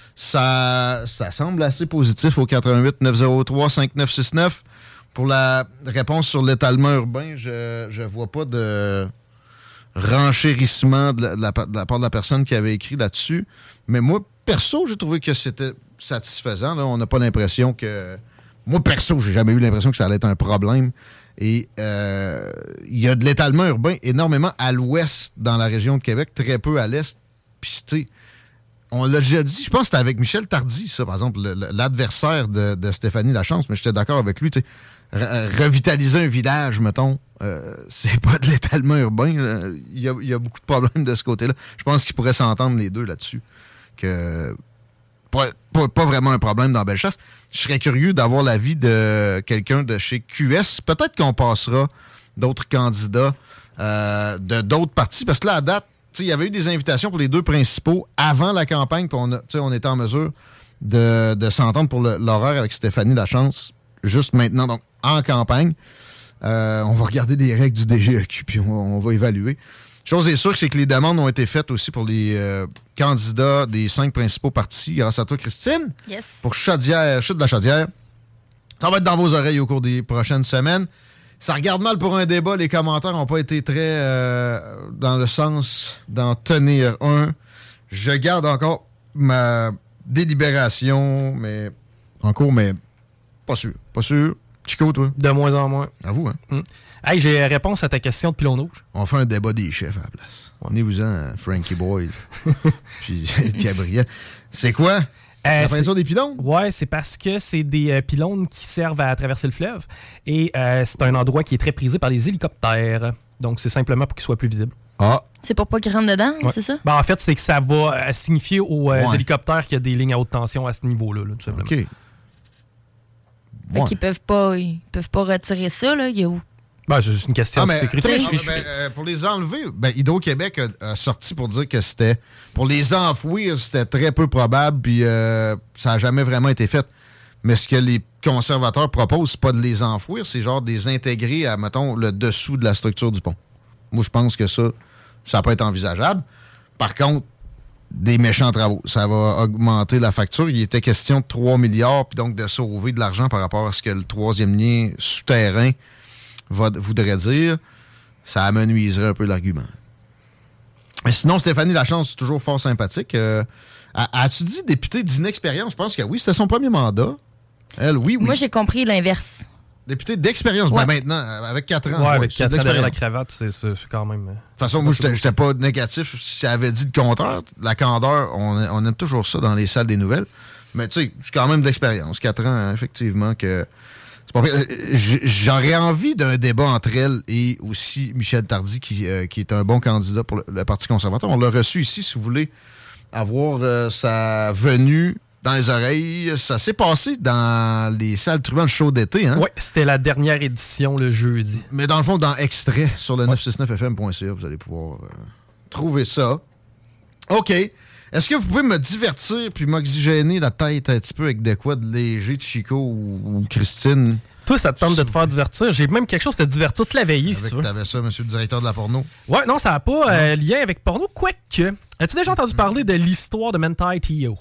Ça, ça semble assez positif au quatre un huit neuf zéro trois cinq neuf six neuf. Pour la réponse sur l'étalement urbain, je je vois pas de renchérissement de la, de, la, de la part de la personne qui avait écrit là-dessus. Mais moi, perso, j'ai trouvé que c'était satisfaisant. Là. On n'a pas l'impression que... Moi, perso, j'ai jamais eu l'impression que ça allait être un problème. Et euh, il y a de l'étalement urbain énormément à l'ouest dans la région de Québec, très peu à l'est. Puis, tu sais, on l'a déjà dit, je pense que c'était avec Michel Tardy, ça, par exemple, le, l'adversaire de, de Stéphanie Lachance, mais j'étais d'accord avec lui, tu sais, re- revitaliser un village, mettons, euh, c'est pas de l'étalement urbain. Il y a, il y a beaucoup de problèmes de ce côté-là. Je pense qu'ils pourraient s'entendre les deux là-dessus. Que pas, pas, pas vraiment un problème dans Bellechasse. Je serais curieux d'avoir l'avis de quelqu'un de chez Q S. Peut-être qu'on passera d'autres candidats euh, de d'autres partis, parce que là, à date, il y avait eu des invitations pour les deux principaux avant la campagne, puis on, a, on était en mesure de, de s'entendre pour le, l'horaire avec Stéphanie Lachance juste maintenant, donc en campagne. Euh, on va regarder les règles du D G E Q, puis on, on va évaluer. Chose est sûre, c'est que les demandes ont été faites aussi pour les euh, candidats des cinq principaux partis, grâce à toi, Christine. Yes. Pour Chaudière, Chute de la Chaudière. Ça va être dans vos oreilles au cours des prochaines semaines. Ça regarde mal pour un débat. Les commentaires n'ont pas été très euh, dans le sens d'en tenir un. Je garde encore ma délibération, mais en cours, mais pas sûr. Pas sûr. Chico, toi? De moins en moins. À vous, hein? Mm. Hey, j'ai réponse à ta question de pilon rouge. On fait un débat des chefs à la place. On est vous-en, Frankie Boyle. Puis Gabriel. C'est quoi? Euh, la peinture des pylônes? Ouais, c'est parce que c'est des euh, pylônes qui servent à traverser le fleuve. Et euh, c'est un endroit qui est très prisé par les hélicoptères. Donc, c'est simplement pour qu'il soit plus visible. Ah. C'est pour pas qu'ils rentrent dedans, Ouais. c'est ça? Ben, en fait, c'est que ça va euh, signifier aux euh, Ouais. hélicoptères qu'il y a des lignes à haute tension à ce niveau-là, là, tout simplement. OK. Fait Ouais. qu'ils peuvent pas, ils peuvent pas retirer ça, là. Il y a où? Ben, c'est juste une question Ah, de mais, sécurité. ah, Je- ben, ben, euh, pour les enlever, ben, Hydro-Québec a, a sorti pour dire que c'était... Pour les enfouir, c'était très peu probable, puis euh, ça n'a jamais vraiment été fait. Mais ce que les conservateurs proposent, c'est pas de les enfouir, c'est genre de les intégrer à, mettons, le dessous de la structure du pont. Moi, je pense que ça, ça peut être envisageable. Par contre, des méchants travaux, ça va augmenter la facture. Il était question de trois milliards, puis donc de sauver de l'argent par rapport à ce que le troisième lien souterrain va, voudrait dire. Ça amenuiserait un peu l'argument. Mais sinon, Stéphanie Lachance, c'est toujours fort sympathique. Euh, a- as-tu dit députée d'inexpérience? Je pense que oui, c'était son premier mandat. Elle, oui, oui. Moi, j'ai compris l'inverse. Députée d'expérience. Ouais. Ben maintenant, euh, avec quatre ans. Ouais, ouais, avec c'est quatre de ans derrière la l'expérience. cravate, c'est, c'est, c'est quand même... euh, De toute façon, moi, j'étais j'étais pas négatif. Si elle avait dit le contraire, la candeur, on, on aime toujours ça dans les salles des nouvelles. Mais tu sais, j'ai quand même d'expérience. Quatre ans, hein, effectivement, que... c'est pas vrai. J- J'aurais envie d'un débat entre elle et aussi Michel Tardy, qui, euh, qui est un bon candidat pour le, le Parti conservateur. On l'a reçu ici, si vous voulez avoir euh, sa venue dans les oreilles. Ça s'est passé dans les salles Truman Show d'été, hein? Ouais, c'était la dernière édition le jeudi. Mais dans le fond, dans Extrait, sur le neuf cent soixante-neuf F M point C A, vous allez pouvoir euh, trouver ça. OK. Est-ce que vous pouvez me divertir puis m'oxygéner la tête un petit peu avec de quoi de léger de Chico ou, ou Christine? Toi, ça te tente de te faire divertir. J'ai même quelque chose de te divertir toute la veillée, si tu veux. T'avais ça, monsieur le directeur de la porno? Ouais, non, ça n'a pas euh, lien avec porno. Quoique, as-tu déjà entendu parler de l'histoire de Manti Te'o?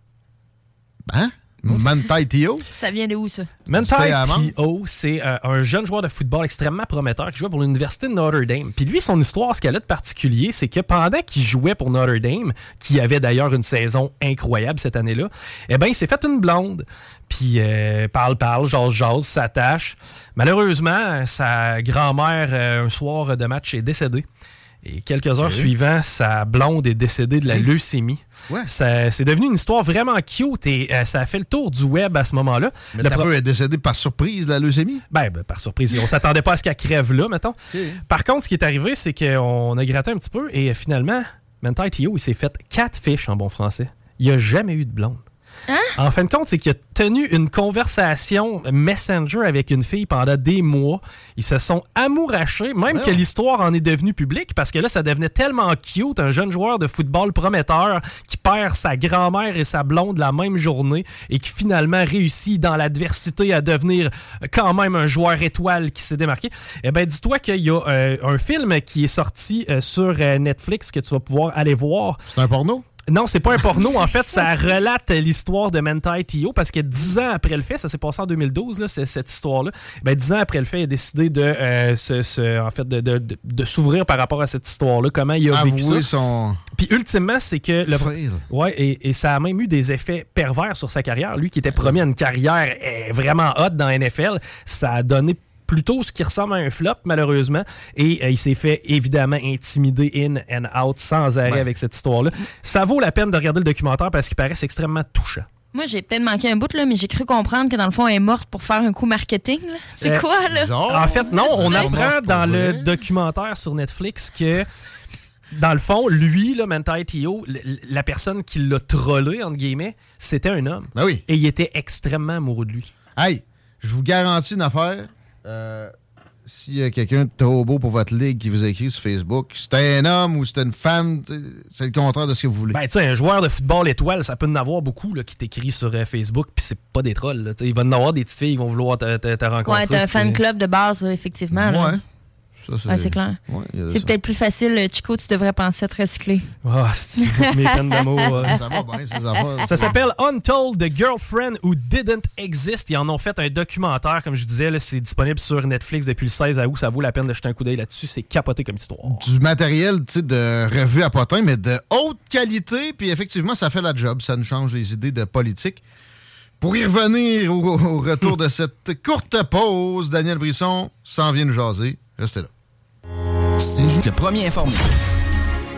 Hein? Manti Te'o? Ça vient de où, ça? Manti C'était à Amande? Te'o, c'est euh, un jeune joueur de football extrêmement prometteur qui jouait pour l'université de Notre Dame. Puis lui, son histoire, ce qu'elle a de particulier, c'est que pendant qu'il jouait pour Notre Dame, qui avait d'ailleurs une saison incroyable cette année-là, eh bien, il s'est fait une blonde. Puis euh, parle, parle, jase, jase, s'attache. Malheureusement, sa grand-mère, euh, un soir de match, est décédée. Et quelques heures Okay. suivant, sa blonde est décédée de la Hey. leucémie. Ouais. Ça- c'est devenu une histoire vraiment cute et euh, ça a fait le tour du web à ce moment-là. Mais Le t'as pro- peu est décédé par surprise de la leucémie? ben, ben, par surprise, on s'attendait pas à ce qu'elle crève là, mettons. Okay. Par contre, ce qui est arrivé, c'est qu'on a gratté un petit peu et euh, finalement, Manti Te'o, il s'est fait catfish en bon français. Il a jamais eu de blonde. Hein? En fin de compte, c'est qu'il a tenu une conversation Messenger avec une fille pendant des mois. Ils se sont amourachés, même Ouais, que ouais. l'histoire en est devenue publique, parce que là, ça devenait tellement cute, un jeune joueur de football prometteur qui perd sa grand-mère et sa blonde la même journée et qui finalement réussit dans l'adversité à devenir quand même un joueur étoile qui s'est démarqué. Eh bien, dis-toi qu'il y a euh, un film qui est sorti euh, sur euh, Netflix que tu vas pouvoir aller voir. C'est un porno? Non, c'est pas un porno. En fait, ça relate l'histoire de Manti Te'o parce que dix ans après le fait, ça s'est passé en deux mille douze, là, c'est- cette histoire-là. Ben, dix ans après le fait, il a décidé de, euh, se, se- en fait, de, de, de- de s'ouvrir par rapport à cette histoire-là, comment il a vécu Avouer ça. son... Puis ultimement, c'est que le Fail. ouais, et, et ça a même eu des effets pervers sur sa carrière. Lui qui était promis à une carrière eh, vraiment hot dans N F L, ça a donné plutôt ce qui ressemble à un flop, malheureusement. Et euh, il s'est fait évidemment intimider in and out sans arrêt Ouais. avec cette histoire-là. Ça vaut la peine de regarder le documentaire parce qu'il paraît c'est extrêmement touchant. Moi, j'ai peut-être manqué un bout, là, mais j'ai cru comprendre que dans le fond, elle est morte pour faire un coup marketing. là. C'est Euh, quoi, là? Genre? En fait, non, on C'est apprend mort pour dans le vrai? documentaire sur Netflix que, dans le fond, lui, là, Manti Te'o, l- la personne qui l'a trollé, entre guillemets, c'était un homme. Ben oui. Et il était extrêmement amoureux de lui. Hey, je vous garantis une affaire. Euh, S'il y a quelqu'un de trop beau pour votre ligue qui vous écrit sur Facebook, c'est un homme ou c'est une femme, t'sais, c'est le contraire de ce que vous voulez. Ben, tu sais, un joueur de football étoile, ça peut en avoir beaucoup là, qui t'écrit sur euh, Facebook, puis c'est pas des trolls. Là, il va en avoir des petites filles qui vont vouloir te, te, te rencontrer. Ouais, t'as un c'est- fan club de base, là, effectivement. là. ouais. Ça, c'est... Ouais, c'est clair. Ouais, il y a de C'est ça. peut-être plus facile, Chico, tu devrais penser à te recycler. Ah, c'est mes peines d'amour. ouais. Ça va bien, ces affaires. Ça s'appelle Untold, The Girlfriend Who Didn't Exist. Ils en ont fait un documentaire, comme je disais, là, c'est disponible sur Netflix depuis le seize août. Ça vaut la peine de jeter un coup d'œil là-dessus. C'est capoté comme histoire. Du matériel, tu sais, de revue à potin, mais de haute qualité. Puis effectivement, ça fait la job. Ça nous change les idées de politique. Pour y revenir au, au retour de cette courte pause, Daniel Brisson s'en vient nous jaser. Restez là. C'est juste le premier informé.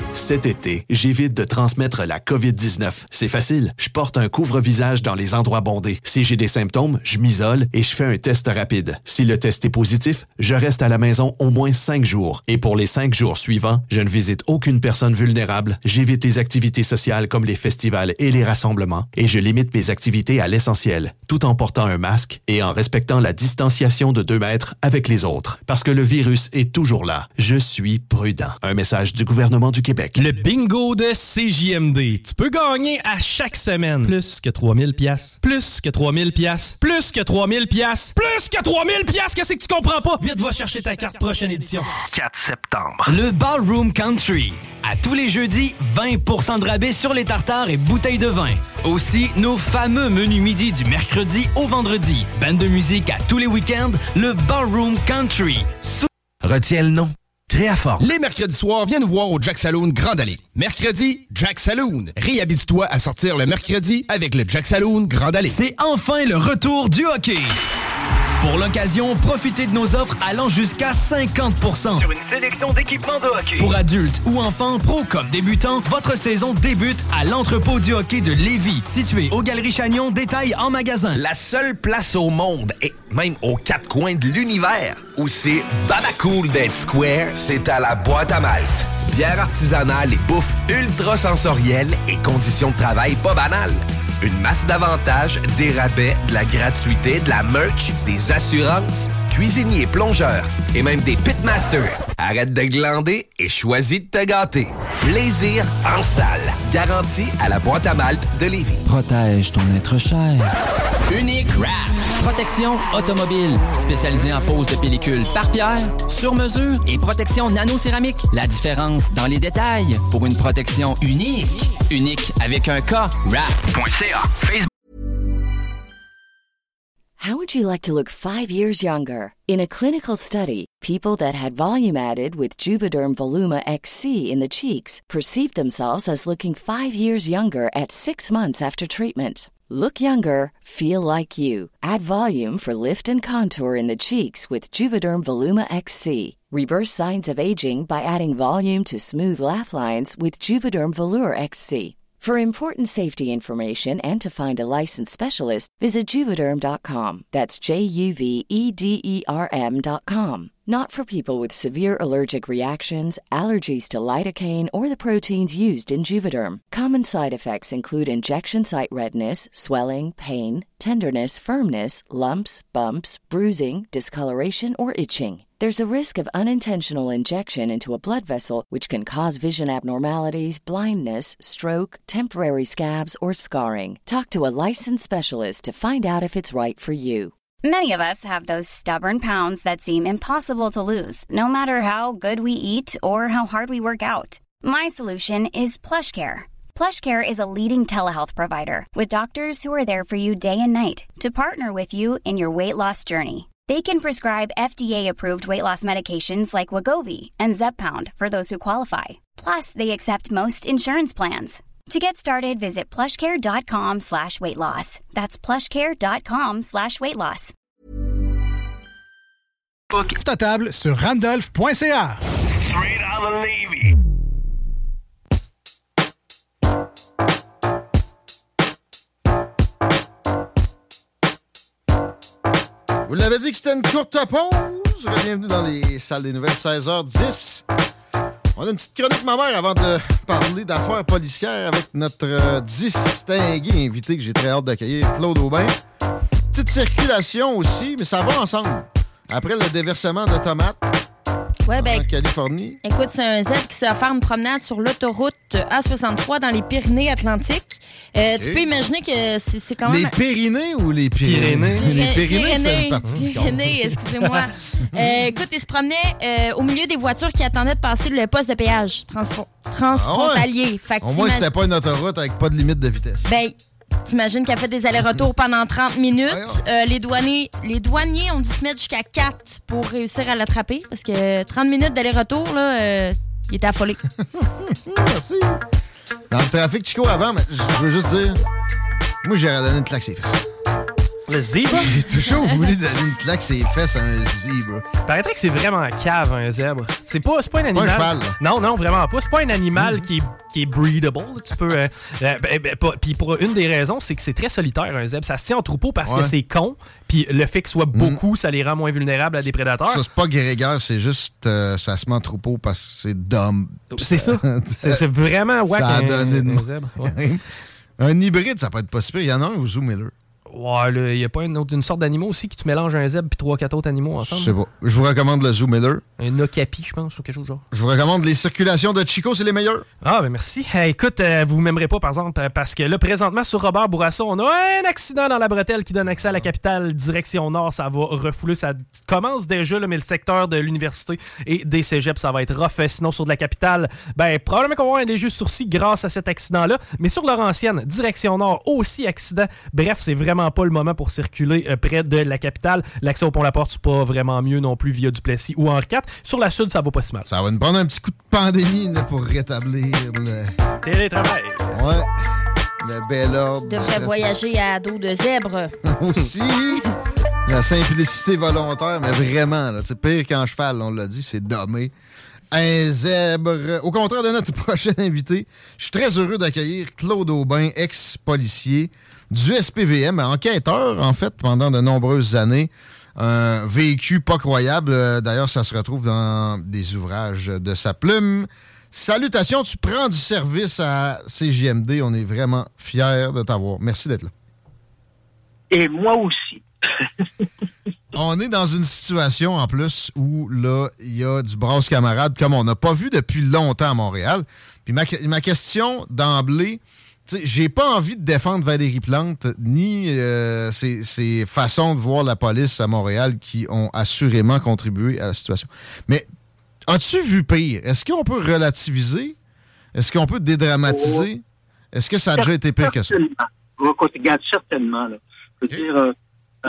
Cet été, j'évite de transmettre la covid dix-neuf. C'est facile, je porte un couvre-visage dans les endroits bondés. Si j'ai des symptômes, je m'isole et je fais un test rapide. Si le test est positif, je reste à la maison au moins cinq jours. Et pour les cinq jours suivants, je ne visite aucune personne vulnérable, j'évite les activités sociales comme les festivals et les rassemblements, et je limite mes activités à l'essentiel, tout en portant un masque et en respectant la distanciation de deux mètres avec les autres. Parce que le virus est toujours là. Je suis prudent. Un message du gouvernement du Québec. Le bingo de C J M D. Tu peux gagner à chaque semaine plus que trois mille piastres. Plus que trois mille piastres. Plus que trois mille piastres. Plus que trois mille piastres. Qu'est-ce que tu comprends pas? Vite, va chercher ta carte prochaine édition. quatre septembre. Le Ballroom Country. À tous les jeudis, vingt pour cent de rabais sur les tartares et bouteilles de vin. Aussi, nos fameux menus midi du mercredi au vendredi. Bande de musique à tous les week-ends. Le Ballroom Country. Sou- Retiens le nom. Créaform. Les mercredis soirs, viens nous voir au Jack Saloon Grande Allée. Mercredi, Jack Saloon. Réhabite-toi à sortir le mercredi avec le Jack Saloon Grande Allée. C'est enfin le retour du hockey. Pour l'occasion, profitez de nos offres allant jusqu'à cinquante pour cent. Sur une sélection d'équipements de hockey. Pour adultes ou enfants, pro comme débutants, votre saison débute à l'entrepôt du hockey de Lévis, situé aux Galeries Chagnon, détail en magasin. La seule place au monde, et même aux quatre coins de l'univers, où c'est badacool d'être square, c'est à la Boîte à Malte. Bière artisanale et bouffe ultra sensorielle et conditions de travail pas banales. Une masse d'avantages, des rabais, de la gratuité, de la merch, des assurances, cuisiniers, plongeurs et même des pitmasters. Arrête de glander et choisis de te gâter. Plaisir en salle. Garantie à la Boîte à Malte de Lévis. Protège ton être cher. Unique Wrap. Protection automobile. Spécialisée en pose de pellicule par pierre, sur mesure et protection nano-céramique. La différence dans les détails pour une protection unique. Unique avec un K. Wrap.ca. Facebook. How would you like to look five years younger? In a clinical study, people that had volume added with Juvederm Voluma X C in the cheeks perceived themselves as looking five years younger at six months after treatment. Look younger, feel like you. Add volume for lift and contour in the cheeks with Juvederm Voluma X C. Reverse signs of aging by adding volume to smooth laugh lines with Juvederm Volure X C. For important safety information and to find a licensed specialist, visit Juvederm dot com. That's J U V E D E R M dot com. Not for people with severe allergic reactions, allergies to lidocaine, or the proteins used in Juvederm. Common side effects include injection site redness, swelling, pain, tenderness, firmness, lumps, bumps, bruising, discoloration, or itching. There's a risk of unintentional injection into a blood vessel, which can cause vision abnormalities, blindness, stroke, temporary scabs, or scarring. Talk to a licensed specialist to find out if it's right for you. Many of us have those stubborn pounds that seem impossible to lose, no matter how good we eat or how hard we work out. My solution is PlushCare. PlushCare is a leading telehealth provider with doctors who are there for you day and night to partner with you in your weight loss journey. They can prescribe F D A-approved weight loss medications like Wegovy and Zepbound for those who qualify. Plus, they accept most insurance plans. To get started, visit plushcare.com slash weight loss. That's plushcare.com slash weight loss. Ta table sur randolph point c a. Straight out of Navy. Vous l'avez dit que c'était une courte pause. Bienvenue dans les salles des nouvelles, seize heures dix. On a une petite chronique, ma mère, avant de parler d'affaires policières avec notre euh, distingué invité que j'ai très hâte d'accueillir, Claude Aubin. Petite circulation aussi, mais ça va ensemble. Après le déversement de tomates ouais, ben, en Californie. Écoute, c'est un zèbre qui s'est offert une promenade sur l'autoroute A soixante-trois dans les Pyrénées-Atlantiques. Euh, okay. Tu peux imaginer que c'est, c'est quand même... Les Pyrénées ou les Pyrénées? Pyrénées. Les Pyrénées, Pyrénées, c'est une partie du corps. Pyrénées, excusez-moi. euh, écoute, il se promenait euh, au milieu des voitures qui attendaient de passer le poste de péage transfo- transfrontalier. Ah ouais. Fait que au moins, c'était pas une autoroute avec pas de limite de vitesse. Ben... T'imagines qu'elle fait des allers-retours pendant trente minutes. Euh, les, douaniers, les douaniers ont dû se mettre jusqu'à quatre pour réussir à l'attraper. Parce que trente minutes d'aller-retour, là, euh, il était affolé. Merci. Dans le trafic Chico avant, mais je veux juste dire, moi, j'aurais donné une claque ses fesses. Le zèbre? J'ai toujours voulu donner une claque ses fesses à un zèbre. Paraîtrait que c'est vraiment cave, un zèbre. C'est pas, c'est pas un animal... Pas un cheval. Non, non, vraiment pas. C'est pas un animal mmh. qui, est, qui est breedable. Tu peux... Euh, euh, ben, ben, puis pour une des raisons, c'est que c'est très solitaire, un zèbre. Ça se tient en troupeau parce ouais. que c'est con. Puis le fait que ce soit beaucoup, mmh. ça les rend moins vulnérables à des prédateurs. Ça, c'est pas grégaire, c'est juste... Euh, ça se met en troupeau parce que c'est dumb. C'est ça. c'est, c'est vraiment wack, ça a un, donné un, de... un zèbre. Ouais. Un hybride, ça peut être pas si pire. Il y en a un au Zoo Miller. Ouais, il n'y a pas une, autre, une sorte d'animaux aussi qui tu mélanges un zèbre puis trois, quatre autres animaux ensemble? Je sais pas. Je vous recommande le Zoo Miller. Un okapi, je pense, ou quelque chose genre. Je vous recommande les circulations de Chico, c'est les meilleurs. Ah, ben merci. Hey, écoute, euh, vous m'aimerez pas, par exemple, parce que là, présentement, sur Robert Bourassa, on a un accident dans la bretelle qui donne accès à la capitale, direction nord. Ça va refouler. Ça commence déjà, là, mais le secteur de l'université et des cégeps, ça va être rough. Sinon, sur de la capitale, ben, probablement qu'on va avoir un léger sourcil grâce à cet accident-là. Mais sur Laurentienne, direction nord, aussi accident. Bref, c'est vraiment pas le moment pour circuler euh, près de la capitale. L'accès au Pont-la-Porte, c'est pas vraiment mieux non plus via Duplessis ou Henri quatre. Sur la sud, ça va pas si mal. Ça va nous prendre un petit coup de pandémie là, pour rétablir le... télétravail. Ouais. Le bel ordre. Devrait voyager à dos de zèbre. Aussi. La simplicité volontaire, mais vraiment, là, c'est pire qu'en cheval, on l'a dit, c'est dommé. Un zèbre. Au contraire de notre prochain invité, je suis très heureux d'accueillir Claude Aubin, ex-policier du S P V M, enquêteur, en fait, pendant de nombreuses années. Un vécu pas croyable. D'ailleurs, ça se retrouve dans des ouvrages de sa plume. Salutations, tu prends du service à C J M D. On est vraiment fiers de t'avoir. Merci d'être là. Et moi aussi. On est dans une situation, en plus, où, là, il y a du brasse camarade comme on n'a pas vu depuis longtemps à Montréal. Puis ma, ma question d'emblée... T'sais, j'ai pas envie de défendre Valérie Plante, ni euh, ses, ses façons de voir la police à Montréal qui ont assurément contribué à la situation. Mais as-tu vu pire? Est-ce qu'on peut relativiser? Est-ce qu'on peut dédramatiser? Est-ce que ça a déjà été pire que ça? Regarde, certainement. Là. Je veux okay. dire, euh,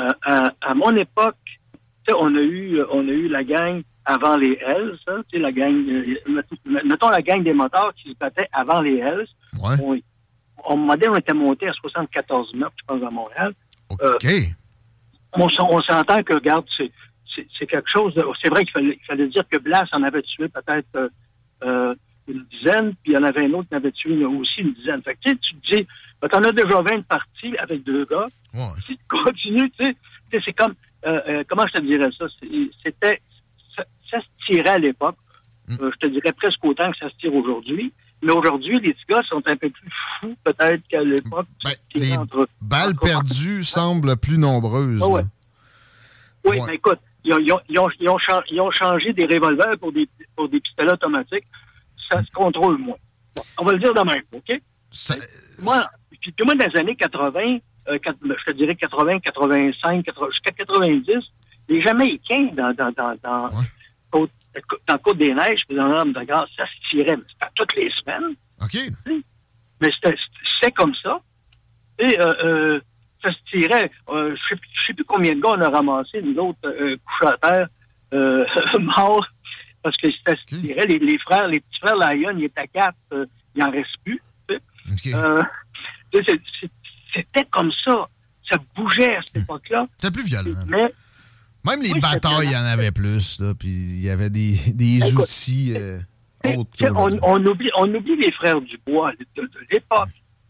à, à mon époque, on a eu on a eu la gang avant les Hells, hein, la gang, euh, mettons la gang des motards qui se battaient avant les Hells. Ouais. On, On, on était monté à soixante-quatorze meurtres, je pense, à Montréal. OK. Euh, on, on s'entend que, regarde, c'est, c'est, c'est quelque chose... De, c'est vrai qu'il fallait, il fallait dire que Blas en avait tué peut-être euh, une dizaine, puis il y en avait un autre qui en avait tué aussi une dizaine. Fait que, tu te dis, ben, t'en as déjà vingt parties avec deux gars. Ouais. Si tu continues, tu sais, c'est comme... Euh, euh, comment je te dirais ça? C'était... Ça, ça se tirait à l'époque. Mm. Euh, je te dirais presque autant que ça se tire aujourd'hui. Mais aujourd'hui, les petits gars sont un peu plus fous, peut-être, qu'à l'époque. Ben, les entre, balles entre... perdues semblent plus nombreuses. Oh, ouais. Oui, ouais. mais écoute, ils ont, ils, ont, ils, ont, ils, ont changé, ils ont changé des revolvers pour des, pour des pistolets automatiques. Ça se contrôle moins. Bon, on va le dire de même, OK? Ça... Moi, puis, puis moi, dans les années quatre-vins, euh, je te dirais quatre-vingts, quatre-vingt-cinq, quatre-vingts, jusqu'à quatre-vingt-dix, les Jamaïcains dans, dans, dans, dans ouais. dans le Côte-des-Neiges, puis dans l'Arme de Grâce, ça se tirait, mais c'était toutes les semaines. OK. Mais c'était, c'était comme ça. Et euh, euh, ça se tirait. Euh, je ne sais, sais plus combien de gars on a ramassé, nous autres, euh, couchés à terre, euh, morts, parce que ça se tirait. Les, les frères, les petits frères Lyon, ils étaient quatre, euh, il n'en reste plus. Okay. Euh, c'est, c'est, c'était comme ça. Ça bougeait à cette époque-là. C'était plus violent. Mais... Même les oui, batailles, il y en avait plus, là, puis il y avait des, des écoute, outils euh, autres. On, on, oublie, on oublie les frères Dubois de, de, de l'époque.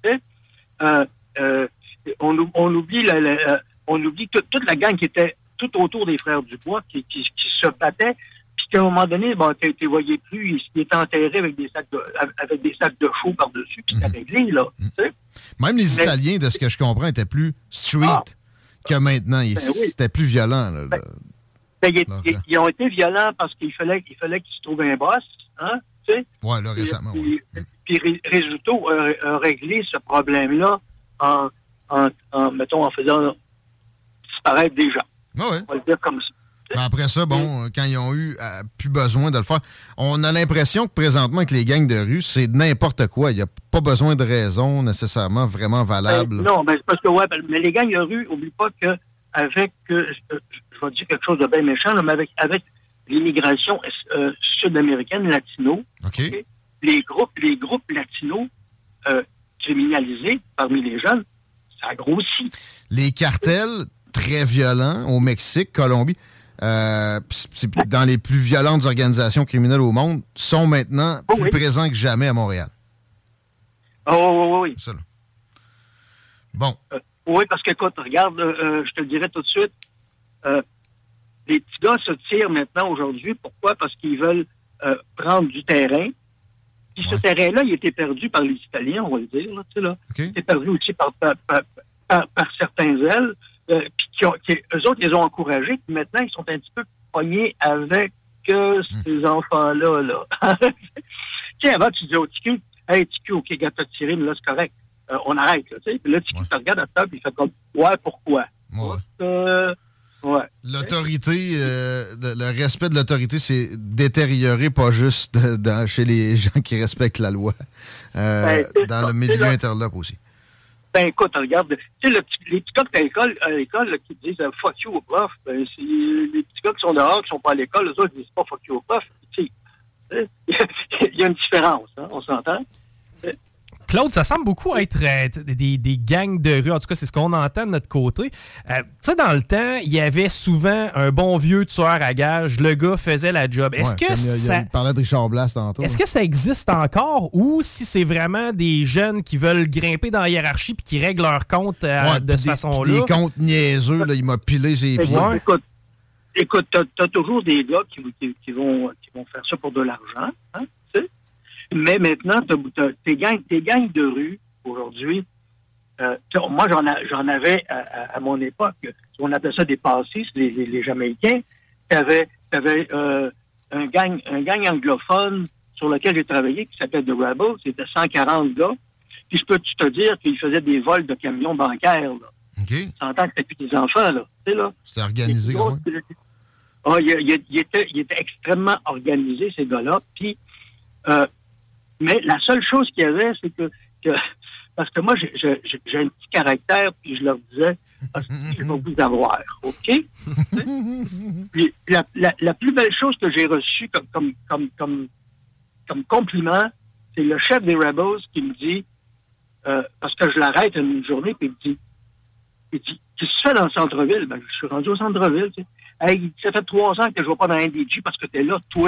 Euh, euh, on, on oublie, la, la, on oublie tout, toute la gang qui était tout autour des frères Dubois, qui, qui, qui se battaient, puis qu'à un moment donné, bon, tu ne voyais plus, ils étaient enterrés avec des sacs de, avec des sacs de chaux par-dessus, puis c'était réglé, là. Mm-hmm. Même les Mais, Italiens, de ce que je comprends, étaient plus street. Ah, que maintenant, il, ben oui. C'était plus violent. Là, ben, ben, ils, ils, ils ont été violents parce qu'il fallait, il fallait qu'ils se trouvent un boss, hein, tu sais. Oui, là, récemment, puis, ouais. Puis, puis Résultat a, a réglé ce problème-là en, en, en, mettons, en faisant disparaître des gens. Ah ouais. On va le dire comme ça. Mais après ça, bon, quand ils ont eu euh, plus besoin de le faire, on a l'impression que présentement, avec les gangs de rue, c'est n'importe quoi. Il n'y a pas besoin de raison nécessairement vraiment valable. Ben, non, ben, c'est parce que, ouais, mais les gangs de rue, n'oublie pas qu'avec, euh, je vais dire quelque chose de bien méchant, là, mais avec, avec l'immigration euh, sud-américaine, latino, okay. Okay, les groupes, les groupes latinos euh, criminalisés parmi les jeunes, ça grossit. Les cartels très violents au Mexique, Colombie. Euh, c'est dans les plus violentes organisations criminelles au monde, sont maintenant oh, plus oui. présents que jamais à Montréal. Oh, oui, oui, oui. Ça, là. Bon. Euh, oui, parce que, écoute, regarde, euh, je te le dirais tout de suite, euh, les petits gars se tirent maintenant aujourd'hui. Pourquoi? Parce qu'ils veulent euh, prendre du terrain. Puis ouais. ce terrain-là, il était perdu par les Italiens, on va le dire, là, tu sais, là. Okay. Il était perdu aussi par, par, par, par, par certains ailes. Euh, puis qui ont, qui, eux autres, ils les ont encouragés. Puis maintenant, ils sont un petit peu pognés avec euh, mmh. ces enfants-là, là. Tu sais, avant, tu disais au T Q, « Hey, T Q, OK, gars, t'as tiré, mais là, c'est correct. Euh, on arrête, là, tu sais. » Puis là, T Q ouais. te regarde à table, puis il fait comme, « Ouais, pourquoi? » Ouais. Euh, ouais. L'autorité, euh, le, le respect de l'autorité, c'est détérioré, pas juste de, dans, chez les gens qui respectent la loi, euh, ben, dans ça, le milieu interlope aussi. Ben écoute, regarde, tu sais, le petit, les petits gars qui sont à l'école, à l'école là, qui disent euh, fuck you au prof, ben, c'est les petits gars qui sont dehors, qui sont pas à l'école, eux autres, ils disent pas fuck you au prof. Tu sais, il y a une différence, hein, on s'entend? Claude, ça semble beaucoup être euh, des, des gangs de rue. En tout cas, c'est ce qu'on entend de notre côté. Euh, tu sais, dans le temps, il y avait souvent un bon vieux tueur à gages. Le gars faisait la job. Est-ce ouais, que ça... Il parlait de Richard Blas tantôt. Est-ce que ça existe encore ou si c'est vraiment des jeunes qui veulent grimper dans la hiérarchie puis qui règlent leur compte euh, ouais, de cette des, façon-là? Des comptes niaiseux, là, il m'a pilé ses pieds. Ouais. Écoute, écoute t'as, t'as toujours des gars qui, qui, qui, vont, qui vont faire ça pour de l'argent, hein, tu sais? Mais maintenant, t'as, t'as, tes, gangs, tes gangs de rue, aujourd'hui, euh, moi, j'en, a, j'en avais à, à, à mon époque, on appelait ça des passistes, les, les, les Jamaïcains. T'avais, t'avais euh, un, gang, un gang anglophone sur lequel j'ai travaillé qui s'appelait The Rebels. C'était cent quarante gars. Puis je peux te dire qu'ils faisaient des vols de camions bancaires. Là. OK. T'entends que c'était plus des enfants, là. Tu sais, là. C'était organisé, quand même. Ah, il, il, il, était, il était extrêmement organisé, ces gars-là. Puis, euh, mais la seule chose qu'il y avait, c'est que, que parce que moi, j'ai, j'ai, j'ai un petit caractère, puis je leur disais, ah, je vais vous avoir, OK? Puis la, la, la plus belle chose que j'ai reçue comme, comme, comme, comme, comme compliment, c'est le chef des Rebels qui me dit, euh, parce que je l'arrête une journée, puis il me dit, il dit, qu'est-ce que tu fais dans le centre-ville? Ben, je suis rendu au centre-ville, tu sais. Hey, ça fait trois ans que je ne vais pas dans un D J parce que t'es là, toi.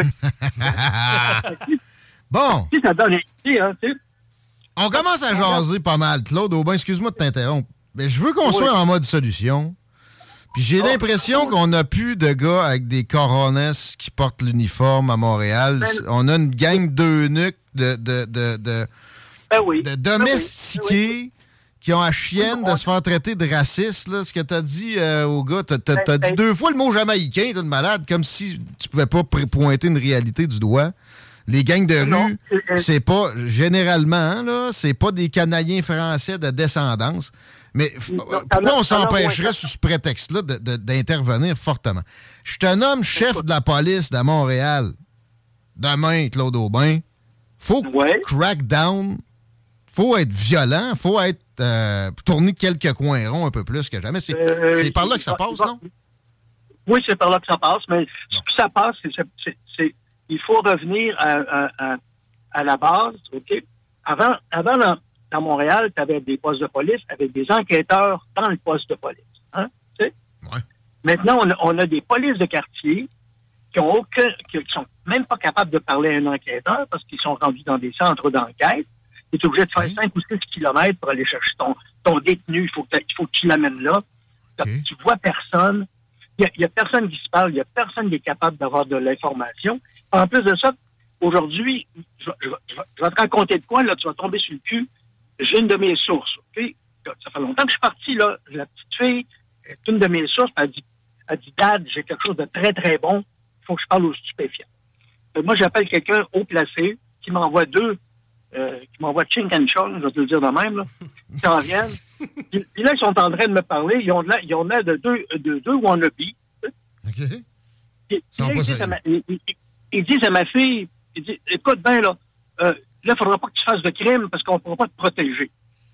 Bon. Tu sais, ça donne une idée, hein, tu sais. On commence à jaser pas mal. Claude Aubin, excuse-moi de t'interrompre. Mais je veux qu'on oui. soit en mode solution. Puis j'ai oh, l'impression oh. qu'on n'a plus de gars avec des coronesses qui portent l'uniforme à Montréal. Ben, on a une gang d'eunuques de, de, de, de, ben oui. de domestiqués ben oui. qui ont la chienne oui, de se faire traiter de raciste. Là, ce que t'as dit euh, au gars, t'as, t'as, t'as ben, dit ben, deux fois le mot jamaïcain, t'es une malade, comme si tu pouvais pas pointer une réalité du doigt. Les gangs de non, rue, c'est, c'est pas, généralement, là, c'est pas des Canadiens français de descendance. Mais non, pourquoi on s'empêcherait sous ce prétexte-là de, de, d'intervenir fortement? Je te nomme chef de la police de Montréal. Demain, Claude Aubin. Faut ouais. crack down. Faut être violent. Faut être euh, tourner quelques coins ronds un peu plus que jamais. C'est, euh, c'est par là que ça passe, non? Oui, c'est par là que ça passe. Mais ce que ça passe, c'est... c'est, c'est il faut revenir à, à, à, à la base, OK? Avant, avant dans, dans Montréal, tu avais des postes de police avec des enquêteurs dans le poste de police. Hein? Tu sais? Ouais. Maintenant, on a, on a des polices de quartier qui ont aucun, qui, qui sont même pas capables de parler à un enquêteur parce qu'ils sont rendus dans des centres d'enquête. Tu es obligé de faire cinq ou six kilomètres pour aller chercher ton, ton détenu. Il faut que, il faut que tu l'amènes là. Okay. Tu vois personne. Il n'y a, a personne qui se parle. Il n'y a personne qui est capable d'avoir de l'information. En plus de ça, aujourd'hui, je, je, je, je vais te raconter de quoi, là, tu vas tomber sur le cul. J'ai une de mes sources, OK? Ça fait longtemps que je suis parti, là. La petite fille, une de mes sources, elle dit, elle dit, Dad, j'ai quelque chose de très, très bon. Il faut que je parle aux stupéfiants. Euh, moi, j'appelle quelqu'un haut placé qui m'envoie deux, euh, qui m'envoie Ching and Chong, je vais te le dire de même, là, qui s'en viennent. Puis, puis là, ils sont en train de me parler. Ils ont de l'air, ils ont de, l'air de deux, de deux wannabes. OK. Puis, là, ils disent à ma, ils, ils, ils disent à ma fille, ils disent, écoute bien, là, euh, là, il ne faudra pas que tu fasses de crime parce qu'on ne pourra pas te protéger.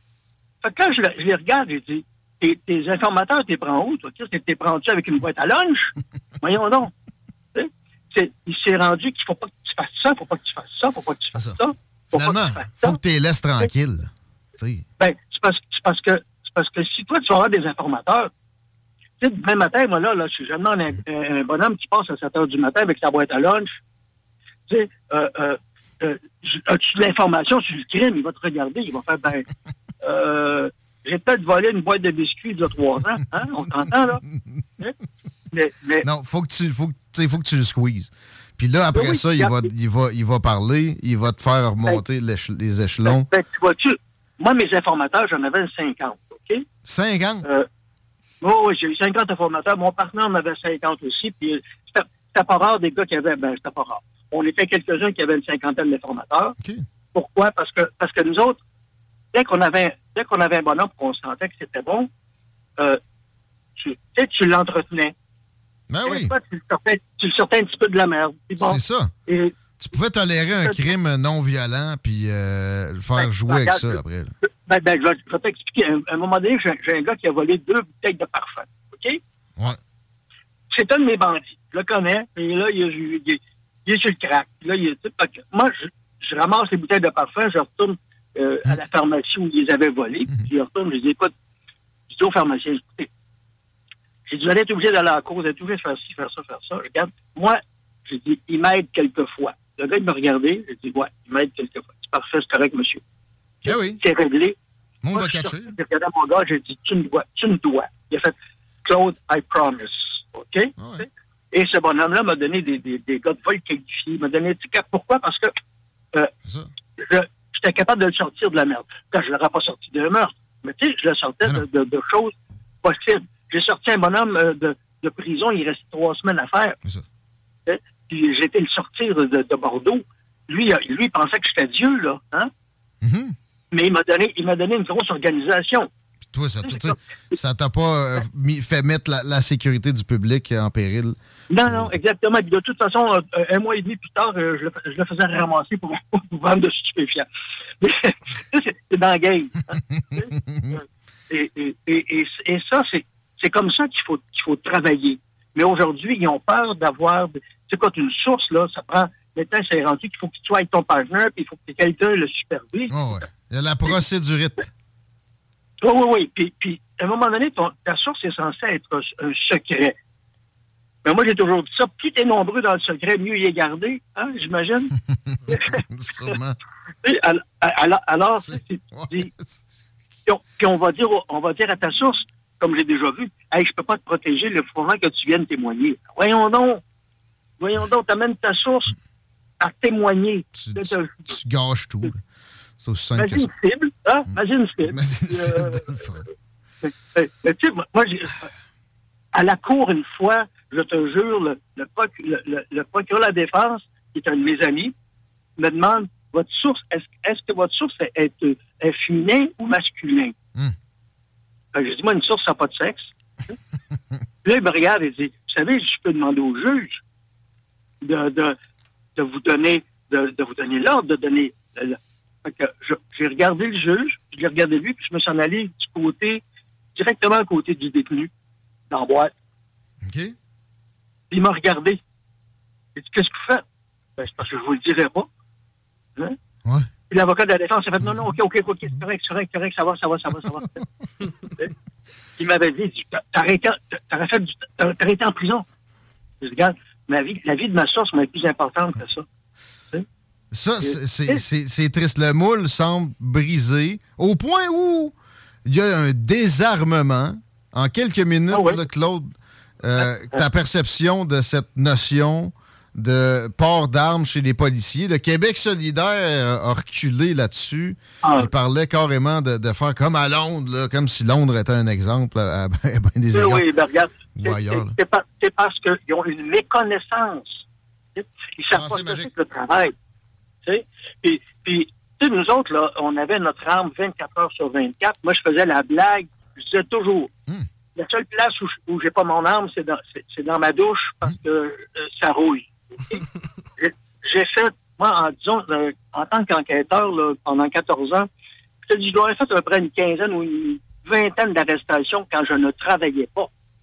Fait que quand je, je les regarde, j'ai dit, tes, tes informateurs, t'es prends où, toi? Tu t'es prends-tu avec une boîte à lunch? Voyons donc. C'est, il s'est rendu qu'il ne faut pas que tu fasses ça, il ne faut pas que tu fasses ça, il ne faut pas que tu fasses ça. Faut Finalement, il faut que tu les laisses tranquilles. Ben, c'est parce, c'est, parce que, c'est parce que si toi, tu vas avoir des informateurs, Tu sais, demain matin, moi, là, là je je demande un, un, un bonhomme qui passe à sept heures du matin avec sa boîte à lunch. Tu sais, euh, euh, euh, as-tu de l'information sur le crime? Il va te regarder, il va faire, ben, euh, j'ai peut-être volé une boîte de biscuits il y a trois ans. Hein? On t'entend, là? Mais, mais... Non, faut que tu, faut, que, faut que tu le squeezes. Puis là, après oui, ça, il va, il, va, il va parler, il va te faire remonter ben, les échelons. Ben, tu vois-tu, moi, mes informateurs, j'en avais cinquante, OK? cinquante? Euh, oh, oui, j'ai eu cinquante informateurs. Mon partenaire en avait cinquante aussi. Puis c'était, c'était pas rare des gars qui avaient... Ben, c'était pas rare. On était quelques-uns qui avaient une cinquantaine d'informateurs. Okay. Pourquoi? Parce que, parce que nous autres, dès qu'on avait, dès qu'on avait un bonhomme qu'on sentait que c'était bon, euh, tu, tu l'entretenais. Ben oui. Fois, tu, le sortais, tu le sortais un petit peu de la merde. Bon. C'est ça. Et, tu pouvais tolérer un crime non violent puis euh, le faire ben, jouer avec ça, après. Là. Ben, ben, je, vais, je vais t'expliquer. À un, à un moment donné, j'ai, j'ai un gars qui a volé deux bouteilles de parfum. OK? Ouais. C'est un de mes bandits. Je le connais. Et là, il, il, il, il est sur le crack. Là, il est, moi, je, je ramasse les bouteilles de parfum, je retourne euh, mmh. à la pharmacie où ils les avaient volées. Mmh. Je retourne, je dis, écoute, je dis au pharmacien, écoutez, j'ai dit, vous allez être obligé d'aller à la cause, vous êtes obligé de faire ci, faire ça, faire ça. Regarde, moi, j'ai dit, il m'aide quelquefois. Le gars, il m'a regardé, j'ai dit, ouais, il m'aide quelquefois. C'est parfait, c'est correct, monsieur. Ah oui. C'est réglé. Mon va catcher. J'ai regardé mon gars, j'ai dit, tu me dois, tu me dois. Il a fait, Claude, I promise. OK? Ah ouais. Et ce bonhomme-là m'a donné des, des, des gars de vol qualifiés. Il m'a donné des tickets. Pourquoi? Parce que euh, je, j'étais capable de le sortir de la merde. Quand je ne l'aurais pas sorti d'un meurtre. Mais tu sais, je le sortais de, de, de choses possibles. J'ai sorti un bonhomme euh, de, de prison, il restait trois semaines à faire. Puis j'ai été le sortir de, de Bordeaux. Lui, lui, il pensait que j'étais Dieu, là. Hein? Mm-hmm. Mais il m'a donné, il m'a donné une grosse organisation. Puis toi, ça, ça t'a pas euh, mis, fait mettre la, la sécurité du public en péril? Non, non, exactement. Puis de toute façon, euh, un mois et demi plus tard, euh, je, le, je le faisais ramasser pour, pour vendre de stupéfiants. c'est, c'est dans la game. Hein? et, et, et, et, et ça, c'est, c'est comme ça qu'il faut, qu'il faut travailler. Mais aujourd'hui, ils ont peur d'avoir... Tu sais, quand une source, là, ça prend... Maintenant, c'est rendu qu'il faut que tu sois avec ton partenaire, puis il faut que quelqu'un le supervise. Oh ouais. Il y a la procédurite. Oui, oui, oui. Puis, puis, à un moment donné, ton, ta source est censée être un secret. Mais moi, j'ai toujours dit ça. Plus t'es nombreux dans le secret, mieux il est gardé. Hein, j'imagine? Sûrement. alors, alors, alors c'est... C'est, c'est, puis on va dire, on va dire à ta source, comme j'ai déjà vu, hey, je peux pas te protéger le moment que tu viennes témoigner. Voyons donc. Voyons donc, t'amènes ta source à témoigner. Tu, tu, tu gâches tout. Là. C'est aussi simple Imagine que ça. Cible, hein? Imagine cible. Imagine cible. Euh, euh, euh, tu sais, moi, j'ai, à la cour, une fois, je te jure, le, le, proc, le, le, le procureur de la défense, qui est un de mes amis, me demande, votre source, est-ce, est-ce que votre source est, est, est féminin ou masculin? Mm. J'ai dit, moi, une source, ça n'a pas de sexe. Puis là, il me regarde et dit, vous savez, je peux demander au juge de, de, de vous donner de, de vous donner l'ordre, de donner... Le, fait que je, j'ai regardé le juge, je l'ai regardé lui, puis je me suis en allé du côté, directement à côté du détenu, dans la boîte. OK. Puis il m'a regardé. Il dit, qu'est-ce que vous faites? Ben, c'est parce que je vous le dirai pas. Hein? Ouais. Puis l'avocat de la défense a fait, non, non, OK, OK, OK, c'est correct, c'est correct, c'est correct, ça va, ça va, ça va, ça va. Il m'avait dit, t'aurais été, t'aurais fait du, t'aurais été en prison. Je dis, regarde, ma vie, la vie de ma source m'est plus importante que ça. Hein? Ça, c'est, c'est, c'est, c'est triste. Le moule semble brisé au point où il y a un désarmement. En quelques minutes, ah ouais. là, Claude, euh, ta perception de cette notion de port d'armes chez les policiers. Le Québec solidaire a reculé là-dessus. Ah. Il parlait carrément de, de faire comme à Londres, là, comme si Londres était un exemple à, à, à ben des égards. Oui, ben regarde, c'est, ailleurs, c'est, c'est, pas, c'est parce qu'ils ont une méconnaissance. Ils ne savent pas ce que c'est que le travail. Puis, puis tu sais, nous autres, là, on avait notre arme vingt-quatre heures sur vingt-quatre. Moi, je faisais la blague. Je disais toujours, mm. la seule place où, où j'ai pas mon arme, c'est dans, c'est, c'est dans ma douche parce que euh, ça rouille. j'ai, j'ai fait, moi, en disons, euh, en tant qu'enquêteur, là, pendant quatorze ans, je te dis, je dois avoir fait à peu près une quinzaine ou une vingtaine d'arrestations quand je ne travaillais pas.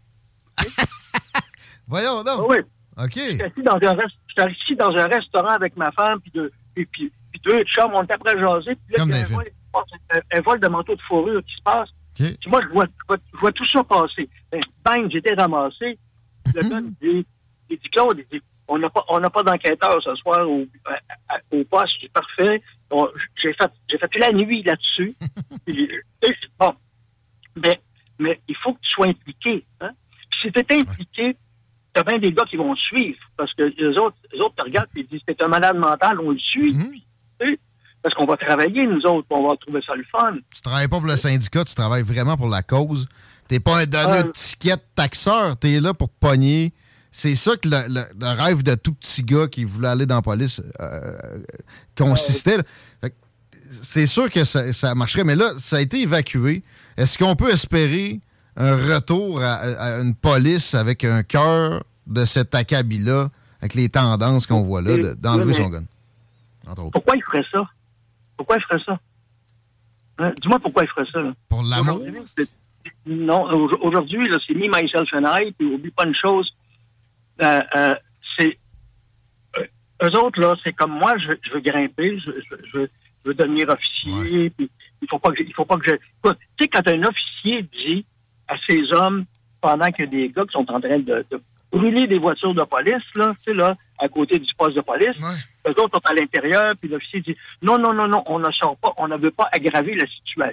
Voyons donc. Oui. OK. J'étais assis dans un, rest, j'étais assis dans un restaurant avec ma femme, puis deux, puis, puis, puis deux chums, on était après jaser, puis là, il y a un vol, un, un vol de manteau de fourrure qui se passe. Okay. Puis moi, je vois, je, vois, je vois tout ça passer. Ben, bang, j'étais ramassé. Le gars me dit, il dit, Claude, il dit, on n'a pas, on n'a pas d'enquêteur ce soir au, à, à, au poste. C'est parfait. On, j'ai fait, j'ai fait la nuit là-dessus. Puis, bon. Mais, mais il faut que tu sois impliqué, hein. Puis si t'es impliqué, t'as bien des gars qui vont te suivre. Parce que les autres, les autres te regardent et disent, t'es un malade mental, on le suit. Mm-hmm. Tu sais? Parce qu'on va travailler, nous autres, on va trouver ça le fun. Tu travailles pas pour le syndicat, tu travailles vraiment pour la cause. T'es pas un donneur de ticket taxeur, t'es là pour pogner. C'est ça que le, le, le rêve de tout petit gars qui voulait aller dans la police euh, consistait. Fait que c'est sûr que ça, ça marcherait, mais là, ça a été évacué. Est-ce qu'on peut espérer un retour à, à une police avec un cœur de cet acabit-là, avec les tendances qu'on voit là, de, d'enlever son gun? Entre autres. Pourquoi il ferait ça? Pourquoi il ferait ça? Hein? Dis-moi pourquoi il ferait ça. Là. Pour l'amour? Aujourd'hui, non, aujourd'hui, là, c'est me, myself and I, puis oublie pas une chose, euh, euh, c'est... Euh, eux autres, là, c'est comme moi, je, je veux grimper, je, je, je, veux, je veux devenir officier, ouais. Puis il faut pas que, il faut pas que je... Écoute, tu sais, quand un officier dit à ses hommes, pendant qu'il y a des gars qui sont en train de, de brûler des voitures de police, là, tu sais, là, à côté du poste de police, ouais. Eux autres sont à l'intérieur, puis l'officier dit « Non, non, non, non, on ne sort pas, on ne veut pas aggraver la situation. »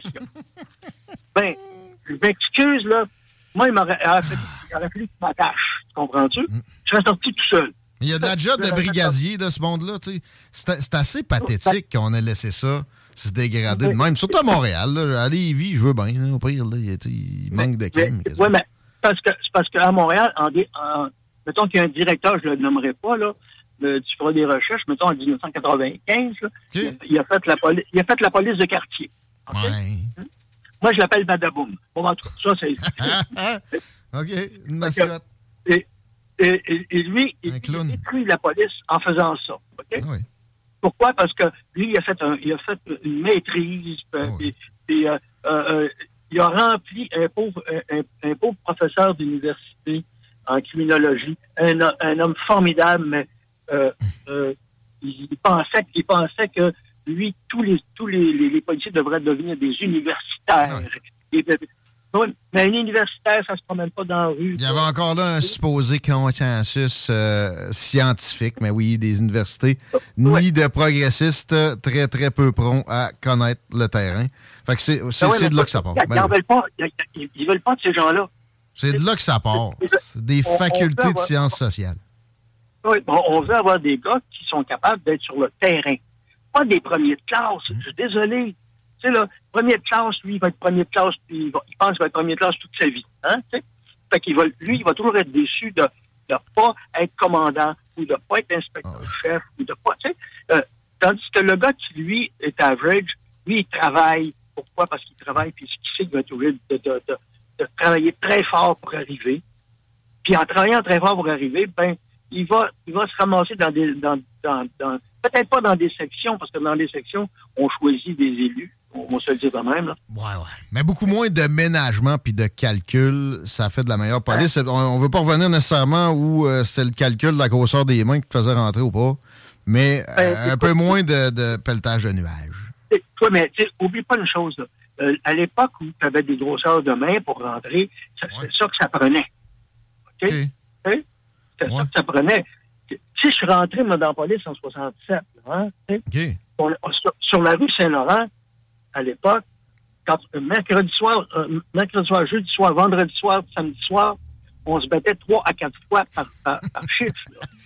Ben, je m'excuse, là. Moi, il m'aurait il aurait fallu, il aurait fallu que je m'attache. Tu comprends-tu? Mm. Je serais sorti tout seul. Il y a de la job de brigadier de ce monde-là, tu sais. C'est, c'est assez pathétique qu'on ait laissé ça se dégrader de même. Surtout à Montréal, là. À Lévis, je veux bien, là, au pire, là, il, il manque de crème. Oui, mais parce que, c'est parce qu'à Montréal, en, en, mettons qu'il y a un directeur, je ne le nommerai pas, là, le, tu feras des recherches, mettons, en dix-neuf cent quatre-vingt-quinze, là, okay. il, a fait la poli- il a fait la police de quartier. Okay? Ouais. Moi, je l'appelle Badaboum. Bon, en tout cas, ça, c'est... OK, une mascotte. Et, et, et, et lui, il, il détruit la police en faisant ça. OK? Oui. Pourquoi? Parce que lui, il a fait, un, il a fait une maîtrise, oui. et, et, euh, euh, il a rempli un pauvre, un, un pauvre professeur d'université en criminologie, un, un homme formidable, mais euh, euh, il, pensait, il pensait que lui, tous les tous les, les, les policiers devraient devenir des universitaires. Ouais. Et, mais un universitaire, ça se promène pas dans la rue. Il y avait encore là un supposé consensus euh, scientifique, mais oui, des universités, ouais. Ni de progressistes très, très peu prompts à connaître le terrain. Fait que c'est, c'est, ouais, c'est de là que ça part. Ils ben, veulent pas, ils, ils veulent pas de ces gens-là. C'est, c'est de là que ça part. C'est des on, facultés on avoir, de sciences sociales. Oui, bon, on veut avoir des gars qui sont capables d'être sur le terrain. Pas des premiers de classe, mmh. Je suis désolé. Tu sais, là, premier de classe, lui, il va être premier de classe, puis il, va, il pense qu'il va être premier de classe toute sa vie. Hein, tu sais? Fait qu'il va, lui, il va toujours être déçu de ne pas être commandant ou de ne pas être inspecteur-chef oh. ou de pas, tu sais. Euh, tandis que le gars qui, lui, est average, lui, il travaille. Pourquoi? Parce qu'il travaille, puis il sait qu'il va être obligé de, de, de, de travailler très fort pour arriver. Puis en travaillant très fort pour arriver, ben, il va, il va se ramasser dans des, dans, dans, dans peut-être pas dans des sections, parce que dans des sections, on choisit des élus. On va se le dire quand même. Là. Ouais, ouais. Mais beaucoup moins de ménagement puis de calcul, ça fait de la meilleure police. Ouais. On ne veut pas revenir nécessairement où euh, c'est le calcul de la grosseur des mains qui te faisait rentrer ou pas, mais euh, ben, un peu moins de, de pelletage de nuages. Oui, mais oublie pas une chose. Là. Euh, à l'époque où tu avais des grosseurs de mains pour rentrer, ça, ouais. c'est ça que ça prenait. OK? okay. okay? C'est ouais. ça que ça prenait. Si je suis rentré moi, dans la police en soixante-sept, hein, okay. on, on, sur, sur la rue Saint-Laurent, à l'époque, quand euh, mercredi soir, euh, mercredi soir, jeudi soir, vendredi soir, samedi soir, on se battait trois à quatre fois par, par, par chiffre.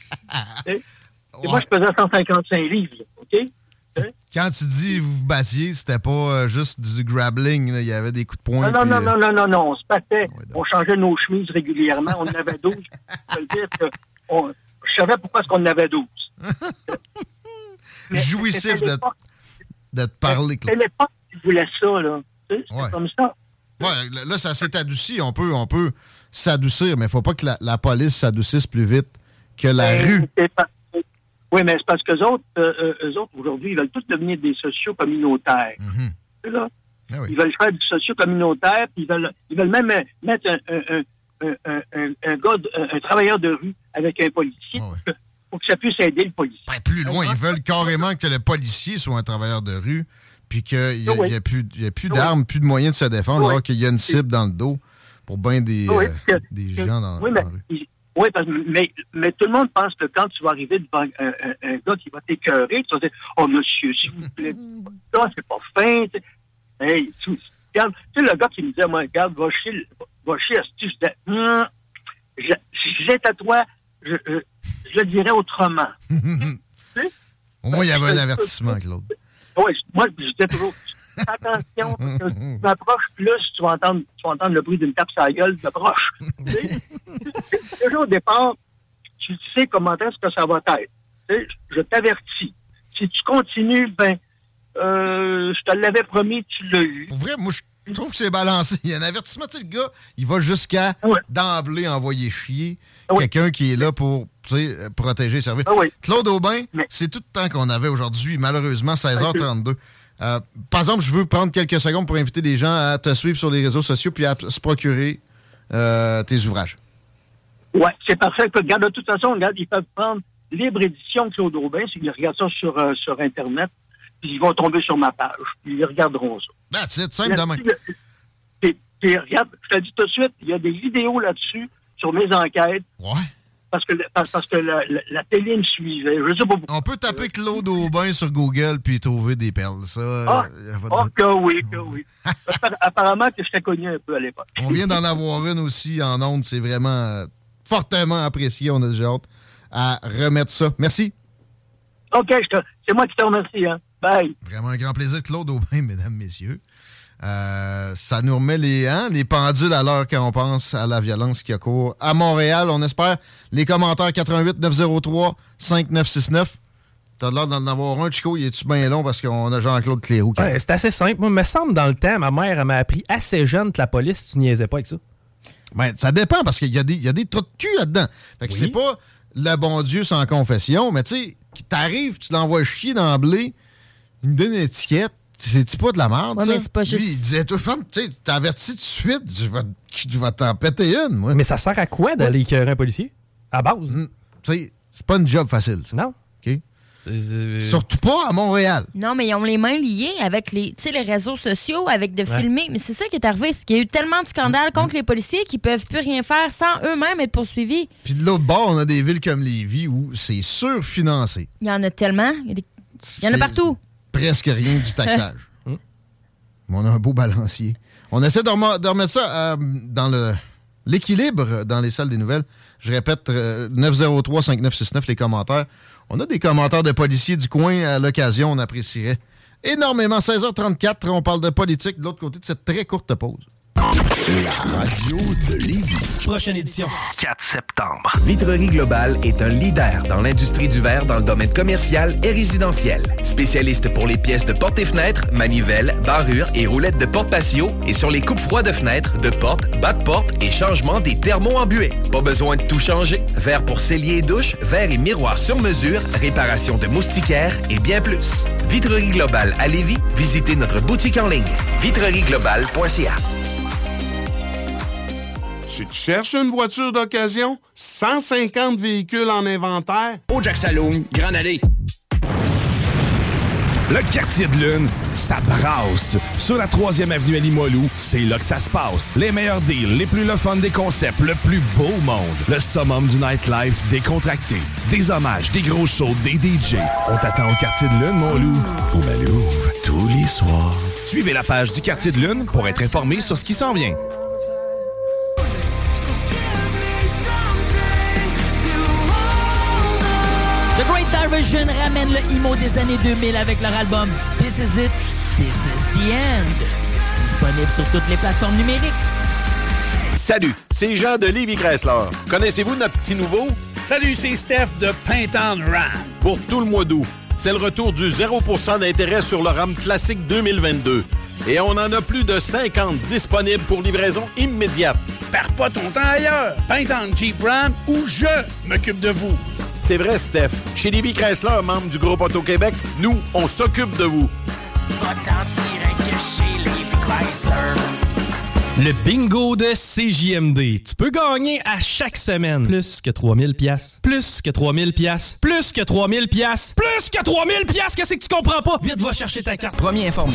Okay? Ouais. Et moi, je pesais cent cinquante-cinq livres, là, OK? Okay? Quand tu dis vous vous battiez, c'était pas euh, juste du grappling, là. Il y avait des coups de poing. Non, non, puis, non, euh... non, non, non, on se battait. Ouais, on changeait nos chemises régulièrement. On en avait douze. Je veux dire que on, je savais pourquoi est-ce qu'on en avait douze. Jouissif de, de te parler. C'est l'époque qui voulait ça, là. C'est ouais. comme ça. Ouais, là, ça s'est adouci. On peut, on peut s'adoucir, mais il ne faut pas que la, la police s'adoucisse plus vite que la mais, rue. Pas, oui, mais c'est parce qu'eux autres, euh, eux autres, aujourd'hui, ils veulent tous devenir des sociaux communautaires. Mm-hmm. C'est là. Ah oui. Ils veulent faire du socio communautaire, puis ils veulent, ils veulent même mettre un, un, un, un, un, un gars, un, un travailleur de rue avec un policier ah oui. pour que ça puisse aider le policier. Ben, plus loin, ils veulent carrément que le policier soit un travailleur de rue, puis qu'il n'y a, oui. y a plus, y a plus d'armes, plus de moyens de se défendre, oui. alors qu'il y a une cible dans le dos pour bien des, oui, euh, des gens dans, oui, dans mais, la rue. Oui, parce, mais, mais tout le monde pense que quand tu vas arriver devant un, un, un gars qui va t'écœurer, tu vas dire « Oh, monsieur, s'il vous plaît, ça, c'est pas fin. » Hey, tu, regarde, tu sais, le gars qui me disait « Moi, regarde, va chier, va chier, je disais hm, « je, si j'étais à toi, je, je, je le dirais autrement. » Au moins, il y avait un avertissement, Claude. Oui, moi, je disais toujours « Attention, parce que si tu m'approches plus, tu vas entendre, tu vas entendre le bruit d'une tape sur la gueule de proche. » Déjà, au départ, tu sais comment est-ce que ça va être. Tu sais, je t'avertis. Si tu continues, ben, euh, je te l'avais promis, tu l'as eu. Pour vrai, moi, je trouve que c'est balancé. Il y a un avertissement. Tu sais, le gars, il va jusqu'à ouais. d'emblée envoyer chier oui. quelqu'un qui est là pour tu sais, protéger et servir. Ah oui. Claude Aubin, Mais... c'est tout le temps qu'on avait aujourd'hui, malheureusement, seize heures trente-deux. Euh, par exemple, je veux prendre quelques secondes pour inviter les gens à te suivre sur les réseaux sociaux puis à se procurer euh, tes ouvrages. Oui, c'est parfait. Regarde, de toute façon, regarde, ils peuvent prendre Libre Édition Claude Aubin, s'ils regardent ça sur, euh, sur Internet, puis ils vont tomber sur ma page, puis ils regarderont ça. That's it, simple demain. Puis, puis regarde, je te dis tout de suite, il y a des vidéos là-dessus, sur mes enquêtes. Ouais. Parce que, parce, parce que la, la, la télé me suivait. Je sais pas pourquoi. On peut taper Claude Aubin sur Google puis trouver des perles. Ça, ah, euh, oh, que oui, que oui. Apparemment que je t'ai connu un peu à l'époque. On vient d'en avoir une aussi en ondes. C'est vraiment euh, fortement apprécié. On a déjà hâte à remettre ça. Merci. OK, je te, c'est moi qui te remercie. Hein. Bye. Vraiment un grand plaisir, Claude Aubin, mesdames, messieurs. Euh, ça nous remet les, hein, les pendules à l'heure quand on pense à la violence qui a cours à Montréal. On espère les commentaires quatre-vingt-huit neuf zéro trois cinq neuf six neuf. T'as l'air d'en avoir un, Chico. Il est-tu bien long parce qu'on a Jean-Claude Cléroux? Ouais, c'est assez simple. Moi, il me semble, dans le temps, ma mère elle m'a appris assez jeune que la police, tu niaisais pas avec ça. Ben, ça dépend parce qu'il y a des, il y a des trous de cul là-dedans. Fait que oui. C'est pas le bon Dieu sans confession, mais tu sais, t'arrives, tu l'envoies chier d'emblée, il me donne une étiquette. C'est-tu pas de la merde, ouais, ça? Mais c'est pas juste... Lui, il disait, toi, femme, tu sais, t'avertis tout de suite, tu vas, tu vas t'en péter une, moi. Mais ça sert à quoi d'aller écœurer un policier? À base? Mmh. Tu sais, c'est pas une job facile, ça. Non. OK? Euh... Surtout pas à Montréal. Non, mais ils ont les mains liées avec les, les réseaux sociaux, avec de ouais. filmer. Mais c'est ça qui est arrivé, c'est qu'il y a eu tellement de scandales mmh. contre les policiers qu'ils peuvent plus rien faire sans eux-mêmes être poursuivis. Puis de l'autre bord, on a des villes comme Lévis où c'est surfinancé. Il y en a tellement. Il y, a des... Il y en a partout. Presque rien du taxage. On a un beau balancier. On essaie de, rem- de remettre ça euh, dans le, l'équilibre dans les salles des nouvelles. Je répète, euh, neuf zéro trois cinq neuf six neuf, les commentaires. On a des commentaires de policiers du coin à l'occasion. On apprécierait énormément. seize heures trente-quatre, on parle de politique de l'autre côté de cette très courte pause. La radio de Lévis. Prochaine édition. quatre septembre. Vitrerie Globale est un leader dans l'industrie du verre dans le domaine commercial et résidentiel. Spécialiste pour les pièces de portes et fenêtres, manivelles, barrures et roulettes de porte patio et sur les coupes froides de fenêtres, de portes, bas de porte et changement des thermos embués. Pas besoin de tout changer. Verre pour cellier et douche, verre et miroirs sur mesure, réparation de moustiquaires et bien plus. Vitrerie Globale à Lévis, visitez notre boutique en ligne vitrerie globale point c a. Tu te cherches une voiture d'occasion? cent cinquante véhicules en inventaire? Au Jack Saloon, Grande Allée. Le quartier de lune, ça brasse. Sur la troisième avenue à Limoilou, c'est là que ça se passe. Les meilleurs deals, les plus le fun des concepts, le plus beau monde. Le summum du nightlife décontracté. Des hommages, des gros shows, des D J. On t'attend au quartier de lune, mon loup. Au Malou, tous les soirs. Suivez la page du quartier de lune pour être informé sur ce qui s'en vient. The Great Diversion ramène le emo des années deux mille avec leur album This Is It, This Is The End. Disponible sur toutes les plateformes numériques. Salut, c'est Jean de Lévis Chrysler. Connaissez-vous notre petit nouveau? Salut, c'est Steph de Pintown Ram. Pour tout le mois d'août, c'est le retour du zéro pour cent d'intérêt sur le RAM classique deux mille vingt-deux. Et on en a plus de cinquante disponibles pour livraison immédiate. Perds pas ton temps ailleurs. Pintown Jeep Ram ou je m'occupe de vous. C'est vrai, Steph. Chez Lévis Chrysler, membre du groupe Auto-Québec, nous, on s'occupe de vous. Va t'en dire que chez Lévis Chrysler, Le bingo de C J M D. Tu peux gagner à chaque semaine plus que trois mille piastres. Plus que trois mille piastres. Plus que trois mille piastres. Plus que trois mille piastres. Qu'est-ce que tu comprends pas? Vite, va chercher ta carte. Premier informé.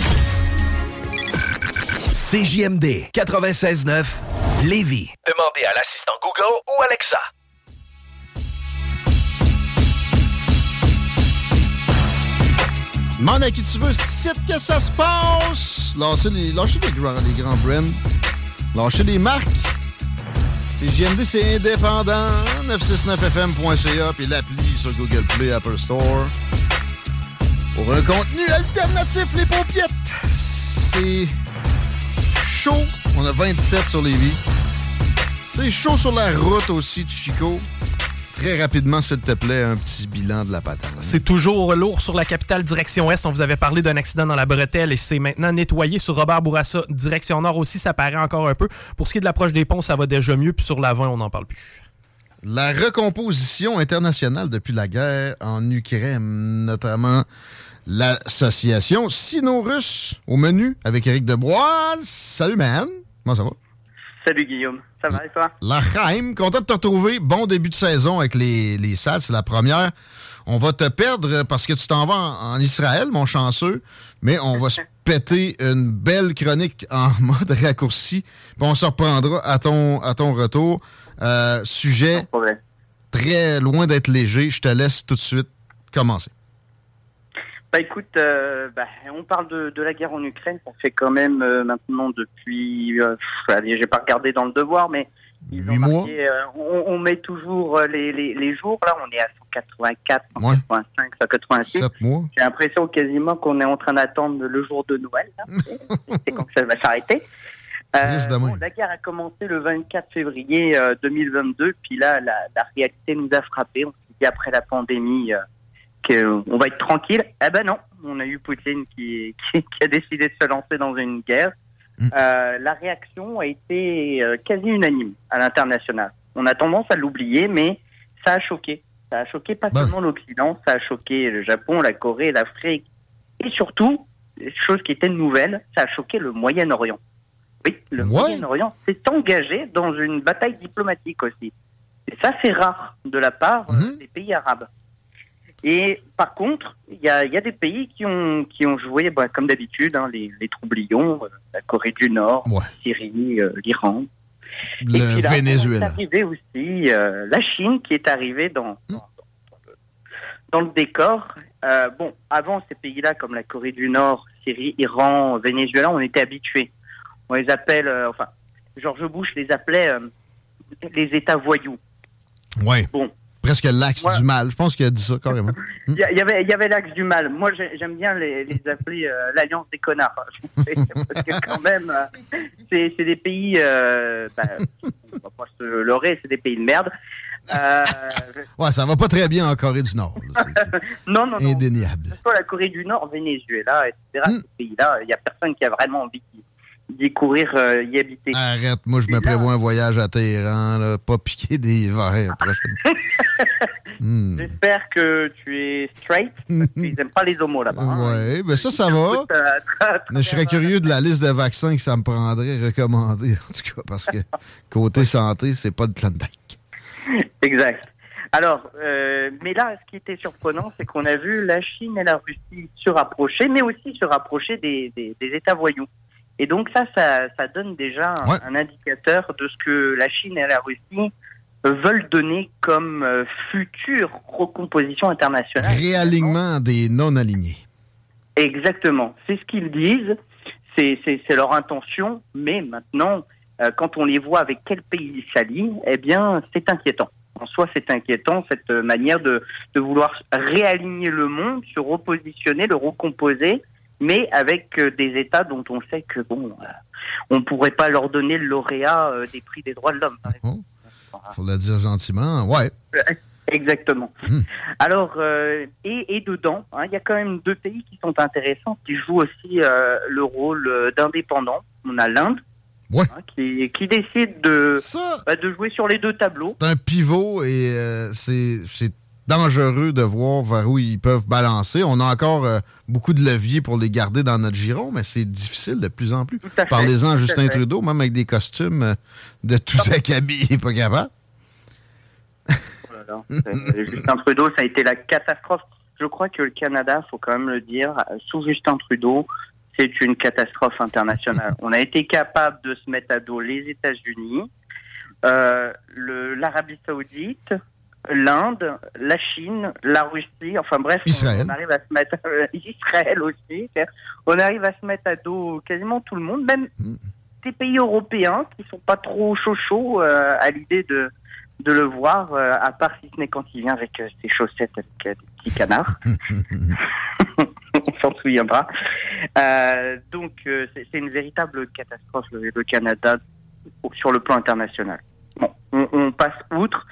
C J M D quatre-vingt-seize neuf Lévis. Demandez à l'assistant Google ou Alexa. Demande à qui tu veux, c'est que ça se passe. Lâchez les, lâchez les, grands, les grands brands. Lâchez les marques. C J M D, c'est indépendant. neuf cent soixante-neuf F M point C A puis l'appli sur Google Play, Apple Store. Pour un contenu alternatif, les paupiettes. C'est chaud. On a vingt-sept sur Lévis. C'est chaud sur la route aussi de Chico. Très rapidement, s'il te plaît, un petit bilan de la patente. C'est toujours lourd sur la capitale direction Est. On vous avait parlé d'un accident dans la bretelle et c'est maintenant nettoyé sur Robert Bourassa. Direction Nord aussi, ça paraît encore un peu. Pour ce qui est de l'approche des ponts, ça va déjà mieux. Puis sur la vingt, on n'en parle plus. La recomposition internationale depuis la guerre en Ukraine, notamment l'association Sino-Russe au menu avec Éric Debois. Salut, man! Comment ça va? Salut, Guillaume. Ça va et toi? L'Achaim, content de te retrouver. Bon début de saison avec les, les salles, c'est la première. On va te perdre parce que tu t'en vas en, en Israël, mon chanceux, mais on va se péter une belle chronique en mode raccourci. Puis on se reprendra à ton, à ton retour. Euh, sujet très loin d'être léger. Je te laisse tout de suite commencer. Bah écoute, euh, bah, on parle de, de la guerre en Ukraine. Ça fait quand même euh, maintenant depuis, euh, pff, allez, j'ai pas regardé dans le devoir, mais ils ont marqué, euh, on, on met toujours les, les, les jours. Là, on est à cent quatre-vingt-quatre, cent quatre-vingt-cinq, cent quatre-vingt-six. sept mois. J'ai l'impression quasiment qu'on est en train d'attendre le jour de Noël. Là. C'est quand ça va s'arrêter. Euh, bon, la guerre a commencé le vingt-quatre février euh, deux mille vingt-deux, puis là, la, la réalité nous a frappés. On s'est dit après la pandémie. Euh, qu'on va être tranquille. Eh ben non, on a eu Poutine qui, qui, qui a décidé de se lancer dans une guerre. Mmh. Euh, la réaction a été euh, quasi unanime à l'international. On a tendance à l'oublier, mais ça a choqué. Ça a choqué pas bah. seulement l'Occident, ça a choqué le Japon, la Corée, l'Afrique. Et surtout, chose qui était nouvelle, ça a choqué le Moyen-Orient. Oui, le ouais. Moyen-Orient s'est engagé dans une bataille diplomatique aussi. Et ça, c'est rare de la part mmh. des pays arabes. Et par contre, il y a, y a des pays qui ont qui ont joué, bah, comme d'habitude, hein, les, les troublions, euh, la Corée du Nord, ouais. la Syrie, euh, l'Iran. Le Et puis là, Venezuela. C'est arrivé aussi euh, la Chine qui est arrivée dans, dans, dans, le, dans le décor. Euh, bon, avant ces pays-là, comme la Corée du Nord, Syrie, Iran, Venezuela, on était habitués. On les appelle, euh, enfin, George Bush les appelait euh, les États voyous. Ouais. Bon. Presque l'axe ouais. du mal. Je pense qu'il a dit ça carrément. Il y, y avait, il y avait l'axe du mal. Moi, j'aime bien les, les appeler euh, l'alliance des connards. Parce que quand même, euh, c'est, c'est des pays, euh, ben, on va pas se leurrer, c'est des pays de merde. Euh, ouais, ça va pas très bien en Corée du Nord. Là, c'est, c'est non, non, non. Indéniable. Que ce soit la Corée du Nord, Venezuela, et cetera. Mm. Ces pays-là, il y a personne qui a vraiment envie d'y courir, euh, y habiter. Arrête, moi je me prévois un voyage à Téhéran, là, pas piquer des verres. hmm. J'espère que tu es straight, parce qu'ils n'aiment pas les homos là-bas. Hein. Ouais, ben ça, ça va. Je serais curieux de la liste de vaccins que ça me prendrait recommander, en tout cas, parce que côté santé, c'est pas de Klondike. Exact. Alors, euh, mais là, ce qui était surprenant, c'est qu'on a vu la Chine et la Russie se rapprocher, mais aussi se rapprocher des, des, des États voyous. Et donc ça, ça, ça donne déjà un, ouais. un indicateur de ce que la Chine et la Russie veulent donner comme euh, future recomposition internationale. Réalignement des non-alignés. Exactement. C'est ce qu'ils disent, c'est, c'est, c'est leur intention, mais maintenant, euh, quand on les voit avec quel pays ils s'allient, eh bien, c'est inquiétant. En soi, c'est inquiétant, cette manière de, de vouloir réaligner le monde, se repositionner, le recomposer, mais avec euh, des États dont on sait que, bon, euh, on ne pourrait pas leur donner le lauréat euh, des prix des droits de l'homme, par exemple. Oh, faut le dire gentiment, ouais. Exactement. Mmh. Alors, euh, et, et dedans, il hein, y a quand même deux pays qui sont intéressants, qui jouent aussi euh, le rôle euh, d'indépendant. On a l'Inde, ouais. hein, qui, qui décide de, bah, de jouer sur les deux tableaux. C'est un pivot et euh, c'est, c'est dangereux de voir vers où ils peuvent balancer. On a encore euh, beaucoup de leviers pour les garder dans notre giron, mais c'est difficile de plus en plus. Parlez-en à Justin Trudeau, même avec des costumes euh, de tous acabit, il n'est pas capable. Oh là là. Justin Trudeau, ça a été la catastrophe. Je crois que le Canada, il faut quand même le dire, sous Justin Trudeau, c'est une catastrophe internationale. On a été capable de se mettre à dos les États-Unis, euh, le, l'Arabie Saoudite, l'Inde, la Chine, la Russie, enfin bref, Israël. On, on arrive à se mettre euh, Israël aussi. On arrive à se mettre à dos quasiment tout le monde, même mm. des pays européens qui sont pas trop chaud chaud euh, à l'idée de de le voir, euh, à part si ce n'est quand il vient avec euh, ses chaussettes avec euh, des petits canards. On s'en souviendra. Euh, donc, euh, c'est, c'est une véritable catastrophe, le, le Canada, sur le plan international. Bon, on, on passe outre.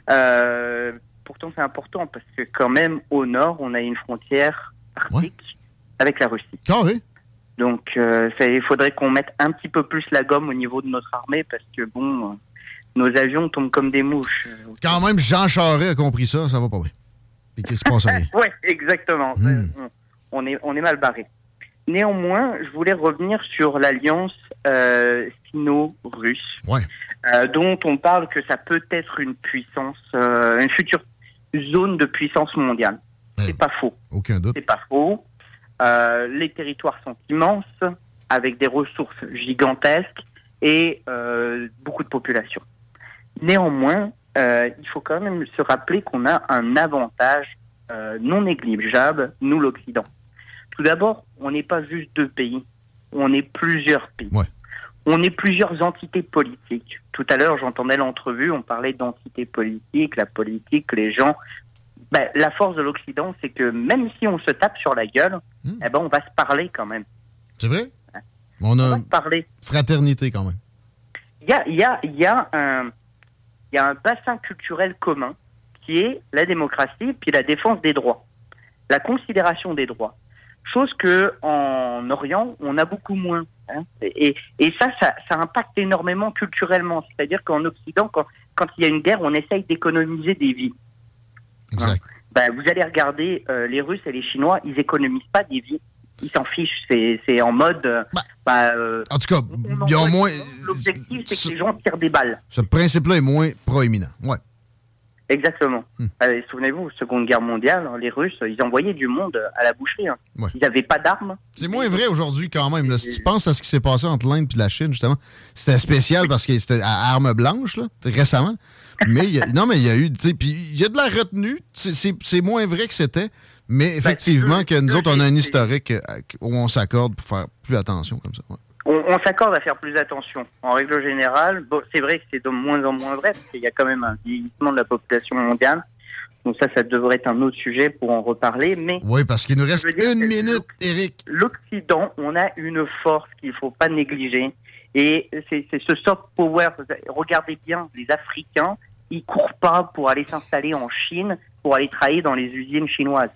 Euh, pourtant, c'est important, parce que quand même, au nord, on a une frontière arctique ouais. avec la Russie. Carré. Donc, euh, ça, il faudrait qu'on mette un petit peu plus la gomme au niveau de notre armée, parce que, bon... Euh, nos avions tombent comme des mouches. Quand même, Jean Charest a compris ça, ça va pas bien. Et qu'il se passe rien. Oui, exactement. Mm. On, on, est, on est mal barré. Néanmoins, je voulais revenir sur l'alliance euh, sino-russe, ouais. euh, dont on parle que ça peut être une puissance, euh, une future zone de puissance mondiale. Ouais. C'est pas faux. Aucun doute. C'est pas faux. Euh, les territoires sont immenses, avec des ressources gigantesques et euh, beaucoup de population. Néanmoins, euh, il faut quand même se rappeler qu'on a un avantage euh, non négligeable, nous l'Occident. Tout d'abord, on n'est pas juste deux pays, on est plusieurs pays. Ouais. On est plusieurs entités politiques. Tout à l'heure, j'entendais l'entrevue, on parlait d'entités politiques, la politique, les gens. Ben, la force de l'Occident, c'est que même si on se tape sur la gueule, mmh. eh ben, on va se parler quand même. C'est vrai? On a on va se parler. Fraternité quand même. Il y a, il y a, il y a un... Il y a un bassin culturel commun qui est la démocratie puis la défense des droits, la considération des droits. Chose que en Orient, on a beaucoup moins. Hein. Et, et ça, ça, ça impacte énormément culturellement. C'est-à-dire qu'en Occident, quand, quand il y a une guerre, on essaye d'économiser des vies. Exact. Hein. Ben, vous allez regarder euh, les Russes et les Chinois, ils économisent pas des vies. Ils s'en fichent. C'est, c'est en mode... Euh, bah, bah, euh, en tout cas, il y a au moins... L'objectif, c'est que les gens tirent des balles. Ce principe-là est moins proéminent. Ouais. Exactement. Hmm. Euh, souvenez-vous, Seconde Guerre mondiale, les Russes, ils envoyaient du monde à la boucherie. Hein. Ouais. Ils n'avaient pas d'armes. C'est moins vrai aujourd'hui quand même. Là. Si tu penses à ce qui s'est passé entre l'Inde et la Chine, justement, c'était spécial parce que c'était à armes blanches, là, récemment. Mais y a, non, mais il y a eu... Puis il y a de la retenue. C'est, c'est, c'est moins vrai que c'était. Mais effectivement, ben, que nous autres, on a un historique où on s'accorde pour faire plus attention comme ça. Ouais. On, on s'accorde à faire plus attention. En règle générale, bon, c'est vrai que c'est de moins en moins vrai, parce qu'il y a quand même un vieillissement de la population mondiale. Donc ça, ça devrait être un autre sujet pour en reparler. Mais oui, parce qu'il nous reste une minute, Éric. L'Occident, on a une force qu'il ne faut pas négliger. Et c'est, c'est ce soft power. Regardez bien, les Africains, ils ne courent pas pour aller s'installer en Chine, pour aller travailler dans les usines chinoises.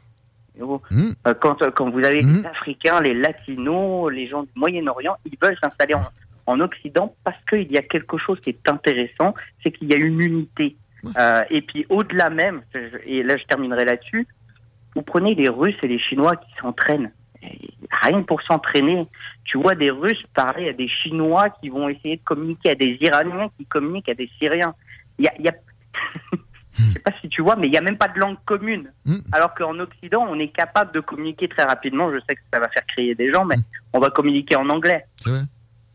Mmh. Quand, quand vous avez mmh. les Africains, les Latinos, les gens du Moyen-Orient, ils veulent s'installer en, en Occident parce qu'il y a quelque chose qui est intéressant, c'est qu'il y a une unité. Mmh. Euh, et puis au-delà même, et là je terminerai là-dessus, vous prenez les Russes et les Chinois qui s'entraînent. Et rien que pour s'entraîner, tu vois des Russes parler à des Chinois qui vont essayer de communiquer à des Iraniens qui communiquent à des Syriens. Il y a... Y a... Je sais pas si tu vois, mais il n'y a même pas de langue commune. Mmh. Alors qu'en Occident, on est capable de communiquer très rapidement. Je sais que ça va faire crier des gens, mais mmh. on va communiquer en anglais. C'est vrai.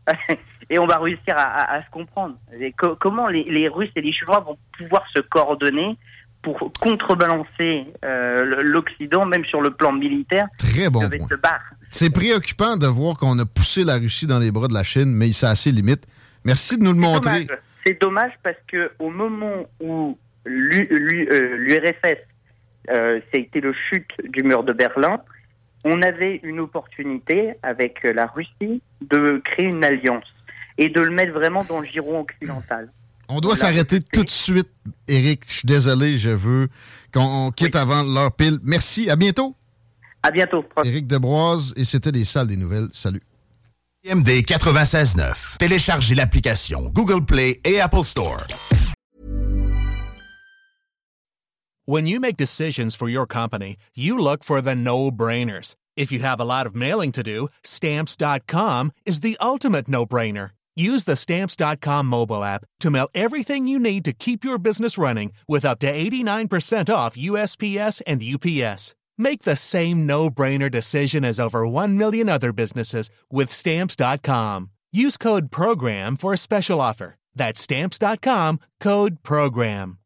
Et on va réussir à, à, à se comprendre. Et co- comment les, les Russes et les Chinois vont pouvoir se coordonner pour contrebalancer euh, l'Occident, même sur le plan militaire. Très bon point. Se battre. C'est préoccupant de voir qu'on a poussé la Russie dans les bras de la Chine, mais ça a ses limites. Merci de nous le C'est montrer. Dommage. C'est dommage parce que au moment où L'U, l'U, euh, l'U R S S, euh, c'était le chute du mur de Berlin, on avait une opportunité avec la Russie de créer une alliance et de le mettre vraiment dans le giron occidental. On doit s'arrêter Russie. Tout de suite, Éric. Je suis désolé, je veux qu'on quitte oui. avant l'heure pile. Merci, à bientôt. À bientôt. Éric Debroise, et c'était des salles des nouvelles. Salut. C M D quatre-vingt-seize neuf. Téléchargez l'application Google Play et Apple Store. When you make decisions for your company, you look for the no-brainers. If you have a lot of mailing to do, Stamps dot com is the ultimate no-brainer. Use the Stamps dot com mobile app to mail everything you need to keep your business running with up to eighty-nine percent off U S P S and U P S. Make the same no-brainer decision as over one million other businesses with Stamps dot com. Use code PROGRAM for a special offer. That's Stamps dot com, code PROGRAM.